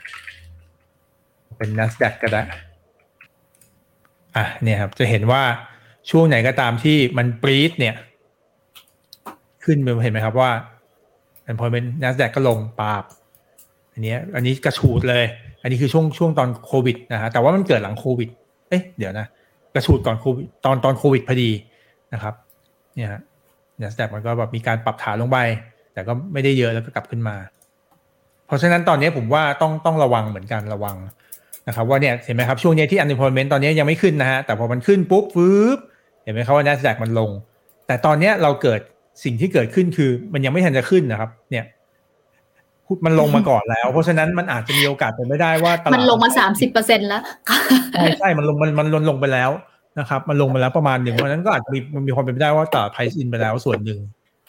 เป็น Nasdaq ก็ได้อ่ะเนี่ยครับจะเห็นว่าช่วงไหนก็ตามที่มันปรี๊ดเนี่ยขึ้นไปเห็นไหมครับว่า employment Nasdaq ก็ลงปาบอันนี้อันนี้กระฉูดเลยอันนี้คือช่วงช่วงตอนโควิดนะฮะแต่ว่ามันเกิดหลังโควิดเอ๊ะเดี๋ยวนะกระฉูดก่อนโควิดตอนตอนโควิดพอดีนะครับเนี่ยฮะ Nasdaq มันก็แบบมีการปรับฐานลงไปแต่ก็ไม่ได้เยอะแล้วก็กลับขึ้นมาเพราะฉะนั้นตอนนี้ผมว่าต้องต้องระวังเหมือนกันระวังนะครับว่าเนี่ยเห็นไหมครับช่วงนี้ที่ unemployment ตอนนี้ยังไม่ขึ้นนะฮะแต่พอมันขึ้นปุ๊บฟึบเห็นไหมครับว่า Nasdaq มันลงแต่ตอนนี้เราเกิดสิ่งที่เกิดขึ้นคือมันยังไม่ทันจะขึ้นนะครับเนี่ยมันลงมาก่อนแล้วเพราะฉะนั้นมันอาจจะมีโอกาสเป็นไม่ได้ว่าตลาดมันลงมา สามสิบเปอร์เซ็นต์ แล้วใช่ใช่มันลงมันมันลงลงไปแล้วนะครับมันลงมาแล้วประมาณหนึ่งเพราะฉะนั้นก็อาจจะมีมันมีความเป็นไปได้ว่าตลาด price in ไปแล้วส่วนหนึ่ง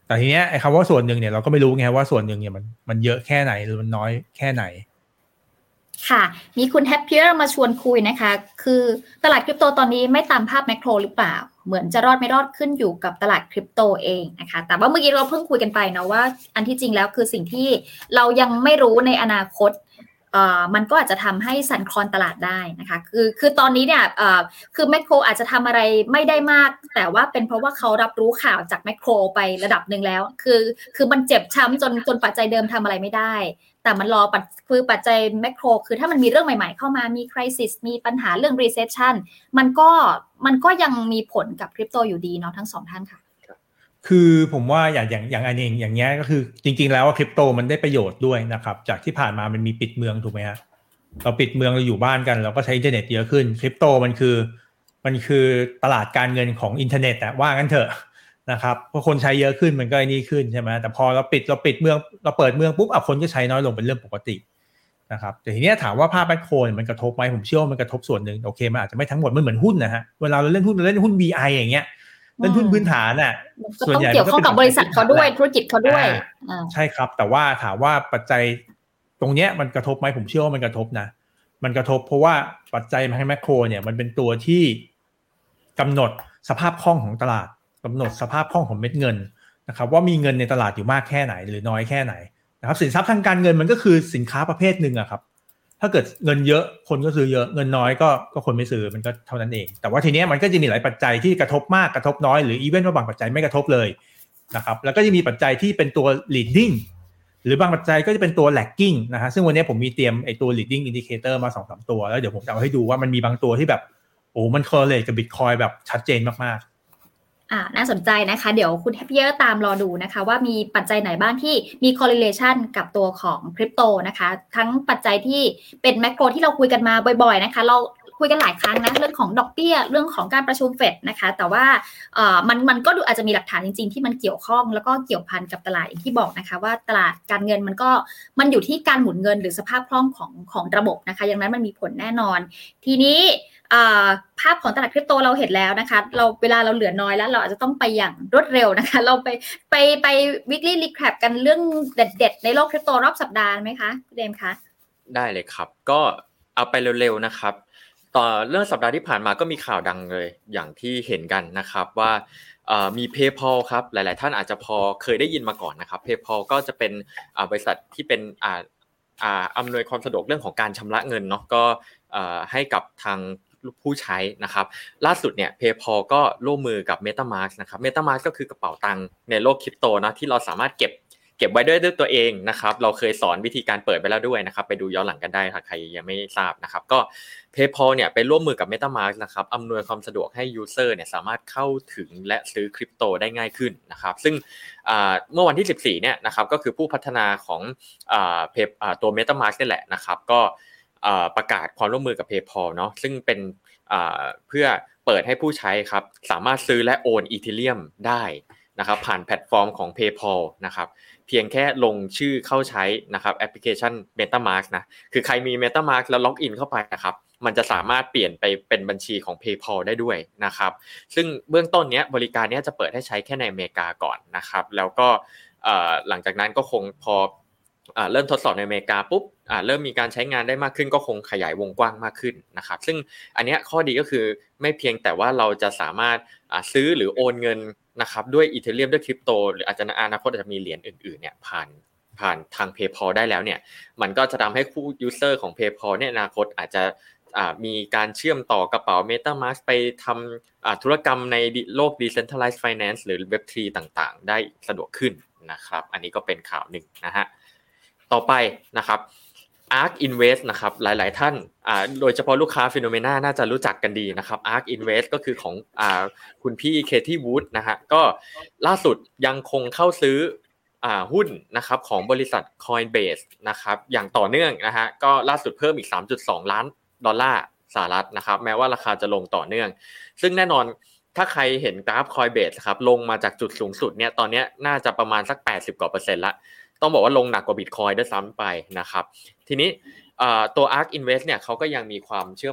แต่ทีเนี้ยไอ้คำว่าส่วนหนึ่งเนี่ยเราก็ไม่รู้ไงว่าส่วนหนึ่งเนี่ยมันมันเยอะแค่ไหนหรือมันน้อยแค่ไหนค่ะมีคุณแฮปปี้มาชวนคุยนะคะคือตลาดคริปโตตอนนี้ไม่ตามภาพแมคโครหรือเปล่าเหมือนจะรอดไม่รอดขึ้นอยู่กับตลาดคริปโตเองนะคะแต่ว่าเมื่อกี้เราเพิ่งคุยกันไปนะว่าอันที่จริงแล้วคือสิ่งที่เรายังไม่รู้ในอนาคตเอ่อมันก็อาจจะทำให้สั่นคลอนตลาดได้นะคะคือคือตอนนี้เนี่ยเอ่อคือแมคโครอาจจะทำอะไรไม่ได้มากแต่ว่าเป็นเพราะว่าเขารับรู้ข่าวจากแมคโครไประดับนึงแล้วคือคือมันเจ็บช้ำจนจนปัจจัยเดิมทำอะไรไม่ได้แต่มันรอปัจคือปัจจัยแมคโครคือถ้ามันมีเรื่องใหม่ๆเข้ามามีไครซิสมีปัญหาเรื่อง recession มันก็มันก็ยังมีผลกับคริปโตอยู่ดีเนาะทั้งสองท่านค่ะคือผมว่าอย่างอย่างอย่างอันเองอย่างเงี้ยก็คือจริงๆแล้วว่าคริปโตมันได้ประโยชน์ด้วยนะครับจากที่ผ่านมามันมีปิดเมืองถูกไหมฮะเราปิดเมืองเราอยู่บ้านกันเราก็ใช้อินเทอร์เน็ตเยอะขึ้นคริปโตมันคือมันคือตลาดการเงินของอินเทอร์เน็ตอะว่างั้นเถอะนะครับเพราะคนใช้เยอะขึ้นมันก็ไอ้นี่ขึ้นใช่ไหมแต่พอเราปิดเราปิดเมืองเราเปิดเมืองปุ๊บอ่ะคนก็ใช้น้อยลงเป็นเรื่องปกตินะครับแต่ทีนี้ถามว่าภาพแมคโครมันกระทบไหมผมเชื่อว่ามันกระทบส่วนหนึ่งโอเคมันอาจจะไม่ทั้งหมดมันเหมือนหุ้นนะฮะเวลาเราเล่นหุ้นเราเล่นหุ้น วี ไอ อย่างเงี้ยเล่นหุ้นพื้นฐานน่ะส่วนใหญ่เกี่ยวข้องกับบริษัทเขาด้วยธุรกิจเขาด้วยใช่ครับแต่ว่าถามว่าปัจจัยตรงเนี้ยมันกระทบไหมผมเชื่อว่ามันกระทบนะมันกระทบเพราะว่าปัจจัยแมคโครเนี่ยมันเป็นตัวที่กำหนดสภาพคล่องของตลาดกำหนดสภาพคล่องของเม็ดเงินนะครับว่ามีเงินในตลาดอยู่มากแค่ไหนหรือน้อยแค่ไหนนะครับสินทรัพย์ทางการเงินมันก็คือสินค้าประเภทหนึ่งอะครับถ้าเกิดเงินเยอะคนก็ซื้อเยอะเงินน้อยก็ก็คนไม่ซื้อมันก็เท่านั้นเองแต่ว่าทีเนี้ยมันก็จะมีหลายปัจจัยที่กระทบมากกระทบน้อยหรืออีเวนต์ว่าบางปัจจัยไม่กระทบเลยนะครับแล้วก็จะมีปัจจัยที่เป็นตัว leading หรือบางปัจจัยก็จะเป็นตัว lagging นะฮะซึ่งวันนี้ผมมีเตรียมไอ้ตัว leading indicator มา สองสาม ตัวแล้วเดี๋ยวผมจะเอาให้ดูว่ามันมีบางตัวที่แบบโอ้มัน correlate กับ Bitcoin แบบชัดเจนมากๆอ่าน่าสนใจนะคะเดี๋ยวคุณแฮปปี้ตามรอดูนะคะว่ามีปัจจัยไหนบ้างที่มี correlation กับตัวของคริปโตนะคะทั้งปัจจัยที่เป็นแมคโครที่เราคุยกันมาบ่อยๆนะคะเราคุยกันหลายครั้งนะเรื่องของดอกเบี้ยเรื่องของการประชุมเฟดนะคะแต่ว่าเอ่อมันมันก็ดูอาจจะมีหลักฐานจริงๆที่มันเกี่ยวข้องแล้วก็เกี่ยวพันกับตลาดอย่างที่บอกนะคะว่าตลาดการเงินมันก็มันอยู่ที่การหมุนเงินหรือสภาพคล่องของของระบบนะคะอย่างนั้นมันมีผลแน่นอนทีนี้ภาพของตลาดคริปโตเราเห็นแล้วนะคะเราเวลาเราเหลือน้อยแล้วเราอาจจะต้องไปอย่างรวดเร็วนะคะเราไปไปไป weekly recap กันเรื่องเด็ดๆในโลกคริปโตรอบสัปดาห์ไหมคะคุณเดมคะได้เลยครับก็เอาไปเร็วๆนะครับต่อเรื่องสัปดาห์ที่ผ่านมาก็มีข่าวดังเลยอย่างที่เห็นกันนะครับว่ามี PayPal ครับหลายๆท่านอาจจะพอเคยได้ยินมาก่อนนะครับ PayPal ก็จะเป็นบริษัทที่เป็นอำนวยความสะดวกเรื่องของการชำระเงินเนาะก็ให้กับทางผู้ใช้นะครับล่าสุดเนี่ย PayPal ก็ร่วมมือกับ MetaMask นะครับ MetaMask ก็คือกระเป๋าตังค์ในโลกคริปโตนะที่เราสามารถเก็บเก็บไว้ด้วยด้วยตัวเองนะครับเราเคยสอนวิธีการเปิดไปแล้วด้วยนะครับไปดูย้อนหลังกันได้ถ้าใครยังไม่ทราบนะครับก็ PayPal เนี่ยไปร่วมมือกับ MetaMask นะครับอำนวยความสะดวกให้ user เนี่ยสามารถเข้าถึงและซื้อคริปโตได้ง่ายขึ้นนะครับซึ่งเมื่อวันที่สิบสี่เนี่ยนะครับก็คือผู้พัฒนาของอ่าตัว MetaMask นี่แหละนะครับก็ประกาศความร่วมมือกับ PayPal เนาะซึ่งเป็นเพื่อเปิดให้ผู้ใช้ครับสามารถซื้อและโอน Ethereum ได้นะครับผ่านแพลตฟอร์มของ PayPal นะครับเพียงแค่ลงชื่อเข้าใช้นะครับแอปพลิเคชัน MetaMask นะคือใครมี MetaMask แล้วล็อกอินเข้าไปนะครับมันจะสามารถเปลี่ยนไปเป็นบัญชีของ PayPal ได้ด้วยนะครับซึ่งเบื้องต้นเนี้ยบริการเนี้ยจะเปิดให้ใช้แค่ในอเมริกาก่อนนะครับแล้วก็หลังจากนั้นก็คงพอเริ่มทดสอบในอเมริกาปุ๊บเริ่มมีการใช้งานได้มากขึ้นก็คงขยายวงกว้างมากขึ้นนะครับซึ่งอันนี้ข้อดีก็คือไม่เพียงแต่ว่าเราจะสามารถซื้อหรือโอนเงินนะครับด้วยอีเธเรียมด้วยคริปโตหรืออาจจะในอนาคตอาจจะมีเหรียญอื่นๆเนี่ยผ่านผ่านทาง PayPal ได้แล้วเนี่ยมันก็จะทำให้ผู้ user ของ PayPal เนี่ยอนาคตอาจจะมีการเชื่อมต่อกระเป๋า MetaMask ไปทำธุรกรรมในโลก Decentralized Finance หรือ เว็บ ทรี ต่างๆได้สะดวกขึ้นนะครับอันนี้ก็เป็นข่าวหนึ่งนะฮะต่อไปนะครับ Ark Invest นะครับหลายๆท่านอ่าโดยเฉพาะลูกค้า Phenomena น่าจะรู้จักกันดีนะครับ Ark Invest ก็คือของอ่าคุณพี่เคที่วูดนะฮะก็ล่าสุดยังคงเข้าซื้ออ่าหุ้นนะครับของบริษัท Coinbase นะครับอย่างต่อเนื่องนะฮะก็ล่าสุดเพิ่มอีก สามจุดสอง ล้านดอลลาร์สหรัฐนะครับแม้ว่าราคาจะลงต่อเนื่องซึ่งแน่นอนถ้าใครเห็นกราฟ Coinbase ครับลงมาจากจุดสูงสุดเนี่ยตอนนี้น่าจะประมาณสักแปดสิบกว่าเปอร์เซ็นต์ละต้องบอกว่าลงหนักกว่า Bitcoin ด้วยซ้ำไปนะครับทีนี้ตัว Ark Invest เนี่ยเขาก็ยังมีความเชื่อมั่น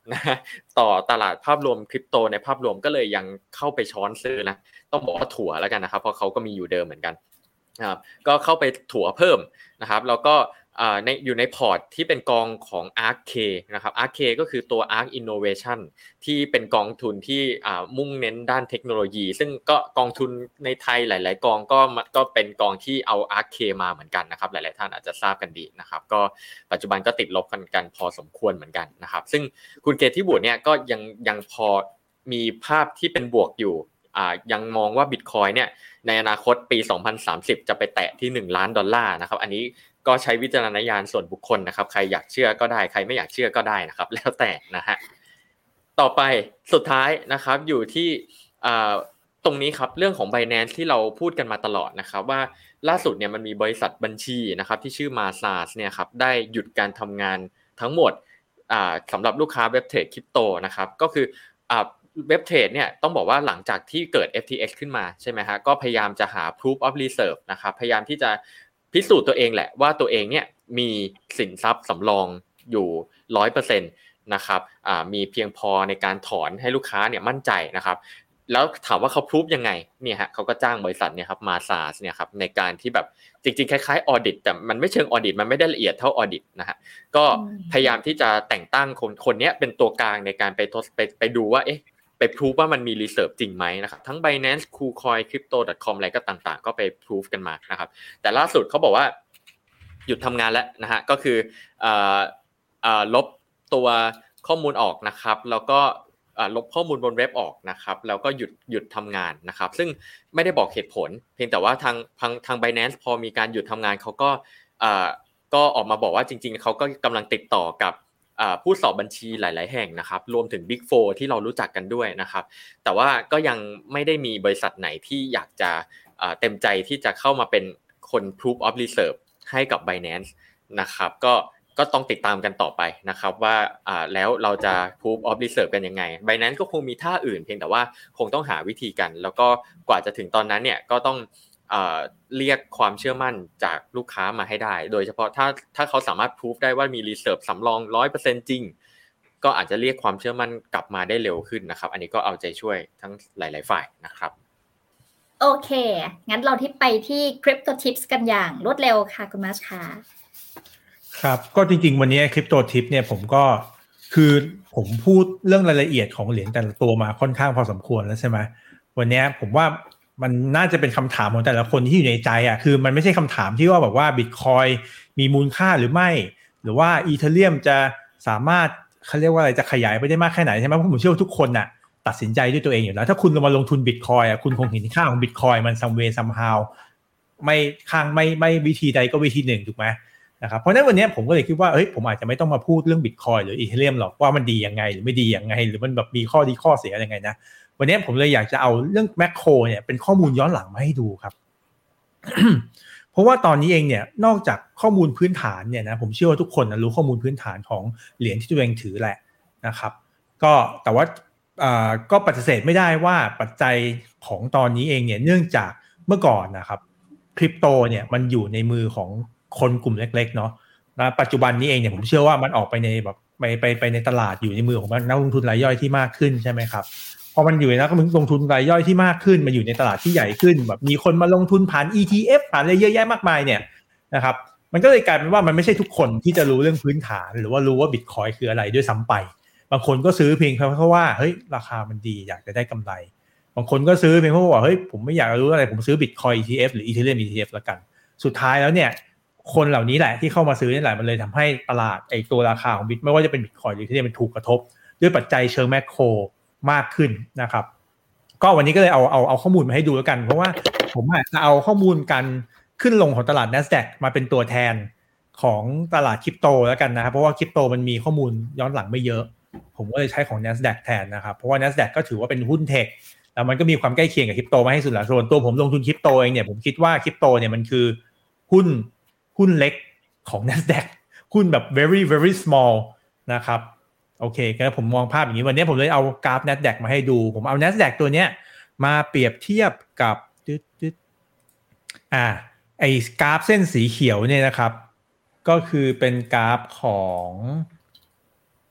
นะต่อตลาดภาพรวมคริปโตในภาพรวมก็เลยยังเข้าไปช้อนซื้อนะต้องบอกว่าถั่วแล้วกันนะครับเพราะเขาก็มีอยู่เดิมเหมือนกันนะครับก็เข้าไปถั่วเพิ่มนะครับแล้วก็ในอยู่ในพอร์ตที่เป็นกองของ อาร์ เค นะครับ อาร์ เค ก็คือตัว Ark Innovation ที่เป็นกองทุนที่มุ่งเน้นด้านเทคโนโลยีซึ่งก็กองทุนในไทยหลายๆกองก็ก็เป็นกองที่เอา อาร์ เค มาเหมือนกันนะครับหลายๆท่านอาจจะทราบกันดีนะครับก็ปัจจุบันก็ติดลบกันกันพอสมควรเหมือนกันนะครับซึ่งคุณเกตที่บวกเนี่ยก็ยังยังพอมีภาพที่เป็นบวกอยู่อ่ายังมองว่า Bitcoin เนี่ยในอนาคตปีสองพันสามสิบจะไปแตะที่หนึ่งล้านดอลลาร์นะครับอันนี้ก็ใช้วิจารณญาณส่วนบุคคลนะครับใครอยากเชื่อก็ได้ใครไม่อยากเชื่อก็ได้นะครับแล้วแต่นะฮะต่อไปสุดท้ายนะครับอยู่ที่อ่าตรงนี้ครับเรื่องของ Binance ที่เราพูดกันมาตลอดนะครับว่าล่าสุดเนี่ยมันมีบริษัทบัญชีนะครับที่ชื่อ Mazars เนี่ยครับได้หยุดการทำงานทั้งหมดอ่าสำหรับลูกค้าเว็บเทรดคริปโตนะครับก็คืออ่าเว็บเทรดเนี่ยต้องบอกว่าหลังจากที่เกิด เอฟ ที เอ็กซ์ ขึ้นมาใช่ไหมฮะก็พยายามจะหา proof of reserve นะครับพยายามที่จะพิสูจน์ตัวเองแหละว่าตัวเองเนี่ยมีสินทรัพย์สำรองอยู่ ร้อยเปอร์เซ็นต์ นะครับอ่ามีเพียงพอในการถอนให้ลูกค้าเนี่ยมั่นใจนะครับแล้วถามว่าเขาพรูฟยังไงเนี่ยฮะเขาก็จ้างบริษัทเนี่ยครับ Mazars เนี่ยครับในการที่แบบจริงๆคล้ายๆออดิตแต่มันไม่เชิงออดิตมันไม่ได้ละเอียดเท่าออดิตนะฮะก็พยายามที่จะแต่งตั้งคนคนนี้เป็นตัวกลางในการไปทดไปไปดูว่าเอ๊ะไปพรูฟว่ามันมีรีเซิร์ฟจริงไหมนะครับทั้ง Binance KuCoin Crypto ดอท คอม อะไรก็ต่างๆก็ไปพรูฟกันมานะครับแต่ล่าสุดเขาบอกว่าหยุดทำงานแล้วนะฮะก็คือเอ่อเอ่อลบตัวข้อมูลออกนะครับแล้วก็ลบข้อมูลบนเว็บออกนะครับแล้วก็หยุดหยุดทำงานนะครับซึ่งไม่ได้บอกเหตุผลเพียงแต่ว่าทางทางทาง Binance พอมีการหยุดทำงานเขาก็เอ่อก็ออกมาบอกว่าจริงๆเขาก็กำลังติดต่อกับผู้สอบบัญชีหลายๆแห่งนะครับรวมถึง Big โฟร์ ที่เรารู้จักกันด้วยนะครับแต่ว่าก็ยังไม่ได้มีบริษัทไหนที่อยากจะเต็มใจที่จะเข้ามาเป็นคน Proof of Reserve ให้กับ Binance นะครับก็ก็ต้องติดตามกันต่อไปนะครับว่าอ่าแล้วเราจะ Proof of Reserve กันยังไง Binance ก็คงมีท่าอื่นเพียงแต่ว่าคงต้องหาวิธีกันแล้วก็กว่าจะถึงตอนนั้นเนี่ยก็ต้องเอ่อเรียกความเชื่อมั่นจากลูกค้ามาให้ได้โดยเฉพาะถ้าถ้าเขาสามารถ Proof ได้ว่ามี Reserve สำรอง ร้อยเปอร์เซ็นต์ จริงก็อาจจะเรียกความเชื่อมั่นกลับมาได้เร็วขึ้นนะครับอันนี้ก็เอาใจช่วยทั้งหลายๆฝ่ายนะครับโอเคงั้นเราที่ไปที่ Crypto Tips กันอย่างรวดเร็วค่ะคุณมาร์ชค่ะครับก็จริงๆวันนี้ Crypto Tip เนี่ยผมก็คือผมพูดเรื่องรายละเอียดของเหรียญแต่ละตัวมาค่อนข้างพอสมควรแล้วใช่ไหมวันนี้ผมว่ามันน่าจะเป็นคำถามของแต่ละคนที่อยู่ในใจอ่ะคือมันไม่ใช่คำถามที่ว่าแบบว่า Bitcoin มีมูลค่าหรือไม่หรือว่า Ethereum จะสามารถเขาเรียกว่าอะไรจะขยายไปได้มากแค่ไหนใช่ไหมเพราะผมเชื่อว่าทุกคนน่ะตัดสินใจด้วยตัวเองอยู่แล้วถ้าคุณลงมาลงทุน Bitcoin อ่ะคุณคงเห็นค่าของ Bitcoin มัน some way somehow ไม่ข้างไม่ไม่วิธีใดก็วิธีหนึ่งถูกไหมนะครับเพราะฉะนั้นวันนี้ผมก็เลยคิดว่าเฮ้ยผมอาจจะไม่ต้องมาพูดเรื่อง Bitcoin หรือ Ethereum หรอกว่ามันดียังไงหรือไม่ดียังไงหรือมันแบบมีข้อดีข้อเสียยังไงนะวันนี้ผมเลยอยากจะเอาเรื่องแมคโครเนี่ยเป็นข้อมูลย้อนหลังมาให้ดูครับ เพราะว่าตอนนี้เองเนี่ยนอกจากข้อมูลพื้นฐานเนี่ยนะผมเชื่อว่าทุกคนนะรู้ข้อมูลพื้นฐานของเหรียญที่ตัวเองถือแหละนะครับก็แต่ว่าอ่าก็ปฏิเสธไม่ได้ว่าปัจจัยของตอนนี้เองเนี่ยเนื่องจากเมื่อก่อนนะครับคริปโตเนี่ยมันอยู่ในมือของคนกลุ่มเล็กๆเนาะนะปัจจุบันนี้เองเนี่ยผมเชื่อว่ามันออกไปในแบบไปไปไปในตลาดอยู่ในมือของนักลงทุนรายย่อยที่มากขึ้นใช่ไหมครับพอมันอยู่ในนักลงทุนรายย่อยที่มากขึ้นมันอยู่ในตลาดที่ใหญ่ขึ้นแบบมีคนมาลงทุนผ่าน อี ที เอฟ ผ่านอะไรเยอะแยะมากมายเนี่ยนะครับมันก็เลยกลายเป็นว่ามันไม่ใช่ทุกคนที่จะรู้เรื่องพื้นฐานหรือว่ารู้ว่า Bitcoin คืออะไรด้วยซ้ำไปบางคนก็ซื้อเพียงเพราะว่าเฮ้ยราคามันดีอยากจะได้กำไรบางคนก็ซื้อเพียงเพราะว่าเฮ้ยผมไม่อยากรู้อะไรผมซื้อ Bitcoin อี ที เอฟ หรือ Ethereum อี ที เอฟ ละกันสุดท้ายแล้วเนี่ยคนเหล่านี้แหละที่เข้ามาซื้อนี่แหละมันเลยทำให้ตลาดไอ้ตัวราคาของ Bit ไม่ว่าจะเป็น Bitcoin หรือ Ethereum มันถูกกระทบด้วยปัจจัยเชิงแมคโครมากขึ้นนะครับก็วันนี้ก็เลยเอาเอาเอาข้อมูลมาให้ดูแล้วกันเพราะว่าผมจะเอาข้อมูลการขึ้นลงของตลาด NASDAQ มาเป็นตัวแทนของตลาดคริปโตแล้วกันนะครับเพราะว่าคริปโตมันมีข้อมูลย้อนหลังไม่เยอะผมก็เลยใช้ของ NASDAQ แทนนะครับเพราะว่า NASDAQ ก็ถือว่าเป็นหุ้นเทคแล้วมันก็มีความใกล้เคียงกับคริปโตมาให้สุดแล้วส่วนตัวผมลงทุนคริปโตเองเนี่ยผมคิดว่าคริปโตเนี่ยมันคือหุ้นหุ้นเล็กของ NASDAQ หุ้นแบบ very very small นะครับโอเคงั้นผมมองภาพอย่างนี้วันนี้ผมเลยเอากราฟ NASDAQ มาให้ดูผมเอา NASDAQ ตัวเนี้ยมาเปรียบเทียบกับตึ๊ดๆอ่าไอ้กราฟเส้นสีเขียวเนี่ยนะครับก็คือเป็นกราฟของ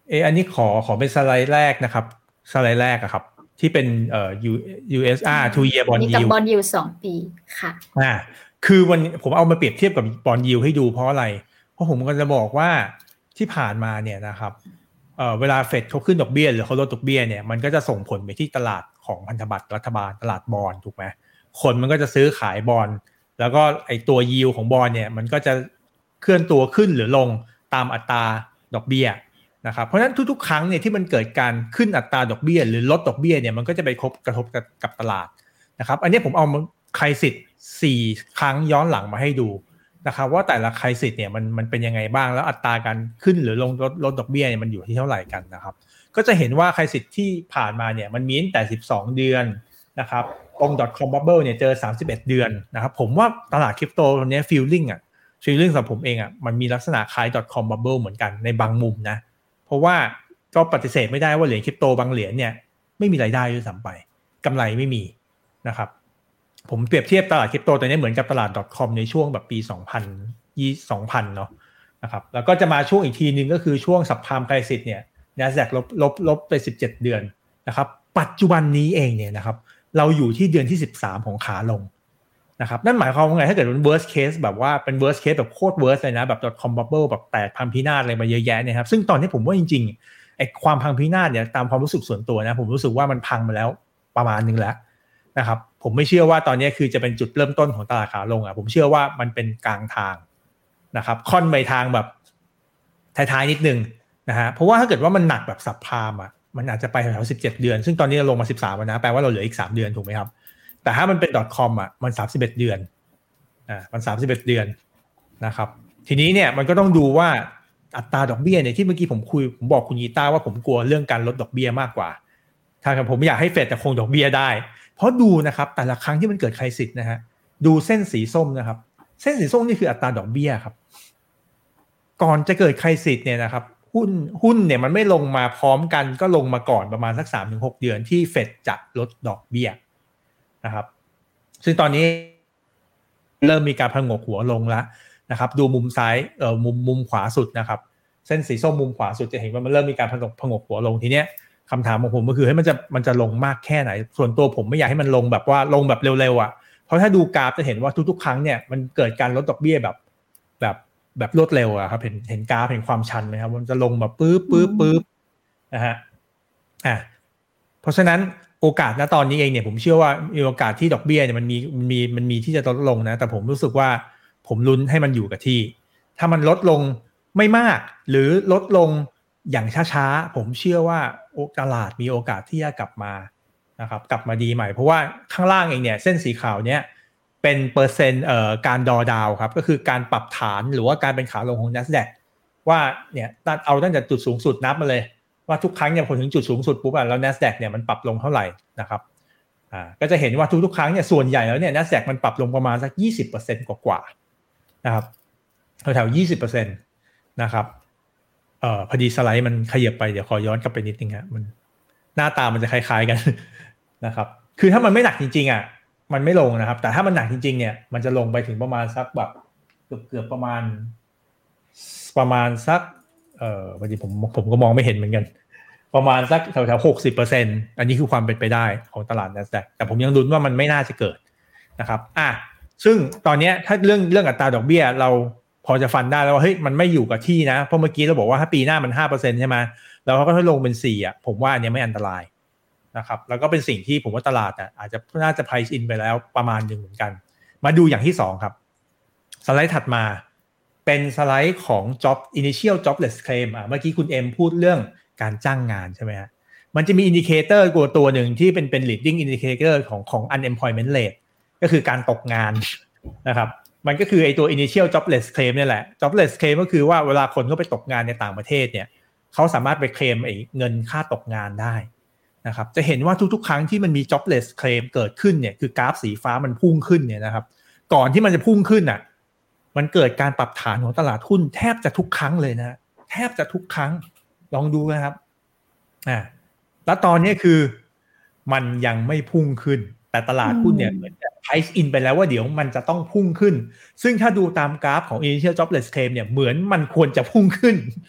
เอออันนี้ขอขอเป็นสไลด์แรกนะครับสไลด์แรกอะครับที่เป็นเอ่อ ยู เอส อาร์ two year bond yield กับบอนด์ยิลด์สองปีค่ะอ่าคือวันผมเอามาเปรียบเทียบกับบอนด์ยิลด์ให้ดูเพราะอะไรเพราะผมก็จะบอกว่าที่ผ่านมาเนี่ยนะครับเอ่อเวลาเฟดเขาขึ้นดอกเบี้ยหรือเขาลดดอกเบี้ยเนี่ยมันก็จะส่งผลไปที่ตลาดของพันธบัตรรัฐบาลตลาดบอนด์ถูกไหมคนมันก็จะซื้อขายบอนด์แล้วก็ไอตัวยิลด์ของบอนด์เนี่ยมันก็จะเคลื่อนตัวขึ้นหรือลงตามอัตราดอกเบี้ยนะครับเพราะฉะนั้นทุกๆครั้งเนี่ยที่มันเกิดการขึ้นอัตราดอกเบี้ยหรือลดดอกเบี้ยเนี่ยมันก็จะไปกระทบกับกับตลาดนะครับอันนี้ผมเอาไครซิสสี่ครั้งย้อนหลังมาให้ดูนะครับว่าแต่ละไครซิสเนี่ยมันมันเป็นยังไงบ้างแล้วอัตราการขึ้นหรือลงลดลดดอกเบี้ยเนี่ยมันอยู่ที่เท่าไหร่กันนะครับก็จะเห็นว่าไครซิสที่ผ่านมาเนี่ยมันมีตั้งแต่สิบสองเดือนนะครับตรง .com bubble เนี่ยเจอสามสิบเอ็ดเดือนนะครับผมว่าตลาดคริปโตตอนนี้ฟีลลิ่งอ่ะฟีลลิ่งสำหรับผมเองอ่ะมันมีลักษณะคล้าย .com bubble เหมือนกันในบางมุมนะเพราะว่าก็ปฏิเสธไม่ได้ว่าเหรียญคริปโตบางเหรียญเนี่ยไม่มีรายได้ด้วยซ้ำไปกำไรไม่มีนะครับผมเปรียบเทียบตลาดคริปโตตัวนี้เหมือนกับตลาด .com ในช่วงแบบปีสองพันยี่สิบ สองพันเนาะนะครับแล้วก็จะมาช่วงอีกทีนึงก็คือช่วงซับไพรม์ไครซิสเนี่ย Nasdaq ลบลบลบไปสิบเจ็ดเดือนนะครับปัจจุบันนี้เองเนี่ยนะครับเราอยู่ที่เดือนที่สิบสามของขาลงนะครับนั่นหมายความว่าไงถ้าเกิดเป็น worst case แบบว่าเป็น worst case แบบโคตร worst เลยนะแบบ .com bubble แบบแตกพังพินาศอะไรมาเยอะแยะเนี่ยครับซึ่งตอนนี้ผมว่าจริงๆไอ้ความพังพินาศเนี่ยตามความรู้สึกส่วนตัวนะผมรู้สึกว่ามันพังมาแล้วประมาณนึงแล้วนะครับผมไม่เชื่อว่าตอนนี้คือจะเป็นจุดเริ่มต้นของตลาดขาลงอ่ะผมเชื่อว่ามันเป็นกลางทางนะครับค่อนไปทางแบบท้ายๆนิดนึงนะฮะเพราะว่าถ้าเกิดว่ามันหนักแบบซับไพรม์อ่ะมันอาจจะไปแถวๆสิบเจ็ดเดือนซึ่งตอนนี้เราลงมาสิบสามแล้วนะแปลว่าเราเหลืออีกสามเดือนถูกไหมครับแต่ถ้ามันเป็น .com อ่ะมันสามสิบเอ็ดเดือนอ่ามันสามสิบเอ็ดเดือนนะครับทีนี้เนี่ยมันก็ต้องดูว่าอัตราดอกเบี้ยเนี่ยที่เมื่อกี้ผมคุยผมบอกคุณยีต้าว่าผมกลัวเรื่องการลดดอกเบี้ยมากกว่าถ้าผมอยากให้เฟดแต่คงดอกเบี้ยได้เพราะดูนะครับแต่ละครั้งที่มันเกิดไครซิสนะฮะดูเส้นสีส้มนะครับเส้นสีส้มนี่คืออัตราดอกเบี้ยครับก่อนจะเกิดไครซิสเนี่ยนะครับหุ้นหุ้นเนี่ยมันไม่ลงมาพร้อมกันก็ลงมาก่อนประมาณสัก สามถึงหก เดือนที่เฟดจะลดดอกเบี้ยนะครับซึ่งตอนนี้เริ่มมีการผงกหัวลงแล้วนะครับดูมุมซ้ายเอ่อมุมมุมขวาสุดนะครับเส้นสีส้มมุมขวาสุดจะเห็นว่ามันเริ่มมีการผงกผงกหัวลงทีเนี้ยคำถามของผมก็คือให้มันจะมันจะลงมากแค่ไหนส่วนตัวผมไม่อยากให้มันลงแบบว่าลงแบบเร็วๆอ่ะเพราะถ้าดูกราฟจะเห็นว่าทุกๆครั้งเนี่ยมันเกิดการลดดอกเบี้ยแบบแบบแบบรวดเร็วอ่ะครับเห็นเห็นกราฟเห็นความชันไหมครับมันจะลงแบบปื๊บปื๊บปื๊บนะฮะอ่ะเพราะฉะนั้นโอกาสณตอนนี้เองเนี่ยผมเชื่อว่ามีโอกาสที่ดอกเบี้ยเนี่ยมันมีมันมีมันมีที่จะลดลงนะแต่ผมรู้สึกว่าผมลุ้นให้มันอยู่กับที่ถ้ามันลดลงไม่มากหรือลดลงอย่างช้าๆผมเชื่อว่าตลาดมีโอกาสที่จะกลับมานะครับกลับมาดีใหม่เพราะว่าข้างล่างเองเนี่ยเส้นสีขาวเนี่ยเป็นเปอร์เซ็นต์เอ่อการดอดาวครับก็คือการปรับฐานหรือว่าการเป็นขาลงของ Nasdaq ว่าเนี่ยเอาตั้งแต่จุดสูงสุดนับมาเลยว่าทุกครั้งเนี่ยพอถึงจุดสูงสุดปุ๊บอ่ะแล้ว Nasdaq เนี่ยมันปรับลงเท่าไหร่นะครับอ่าก็จะเห็นว่าทุกๆครั้งเนี่ยส่วนใหญ่แล้วเนี่ย Nasdaq มันปรับลงประมาณสัก ยี่สิบเปอร์เซ็นต์ กว่าๆนะครับแถวๆ ยี่สิบเปอร์เซ็นต์ นะครับเอ่อพอดีสไลด์มันขยับไปเดี๋ยวขอย้อนกลับไปนิดนึงฮะมันหน้าตามันจะคล้ายๆกันนะครับคือถ้ามันไม่หนักจริงๆอ่ะมันไม่ลงนะครับแต่ถ้ามันหนักจริงๆเนี่ยมันจะลงไปถึงประมาณสักแบบเกือบๆประมาณประมาณสักเอ่อพอดีผมผมก็มองไม่เห็นเหมือนกันประมาณสักแถวๆ หกสิบเปอร์เซ็นต์ อันนี้คือความเป็นไปได้ของตลาด Nasdaq แต่ผมยังลุ้นว่ามันไม่น่าจะเกิดนะครับอ่ะซึ่งตอนนี้ถ้าเรื่องเรื่องอัตราดอกเบี้ยเราพอจะฟันได้แล้วว่าเฮ้ยมันไม่อยู่กับที่นะเพราะเมื่อกี้เราบอกว่าถ้าปีหน้ามัน ห้าเปอร์เซ็นต์ ใช่ไหมแล้วเขาก็ลงเป็นสี่อ่ะผมว่าอันนี้ไม่อันตรายนะครับแล้วก็เป็นสิ่งที่ผมว่าตลาดอ่ะอาจจะน่าจะ price in ไปแล้วประมาณนึงเหมือนกันมาดูอย่างที่สองครับสไลด์ถัดมาเป็นสไลด์ของ job initial jobless claim อ่ะเมื่อกี้คุณเอ็มพูดเรื่องการจ้างงานใช่ไหมฮะมันจะมีอินดิเคเตอร์ตัวตัวหนึ่งที่เป็นเป็น leading indicator ของของ unemployment rate ก็คือการตกงานนะครับมันก็คือไอตัว initial jobless claim นี่แหละ jobless claim ก็คือว่าเวลาคนเขาไปตกงานในต่างประเทศเนี่ยเขาสามารถไปเคลมไอ้เงินค่าตกงานได้นะครับจะเห็นว่าทุกๆครั้งที่มันมี jobless claim เกิดขึ้นเนี่ยคือกราฟสีฟ้ามันพุ่งขึ้นเนี่ยนะครับก่อนที่มันจะพุ่งขึ้นอ่ะมันเกิดการปรับฐานของตลาดหุ้นแทบจะทุกครั้งเลยนะแทบจะทุกครั้งลองดูนะครับอ่าแล้วตอนนี้คือมันยังไม่พุ่งขึ้นแต่ตลาดหุ้นเนี่ยเหมือนจะ price in ไปแล้วว่าเดี๋ยวมันจะต้องพุ่งขึ้นซึ่งถ้าดูตามกราฟของ initial jobless claim เนี่ยเหมือนมันควรจะพุ่งขึ้น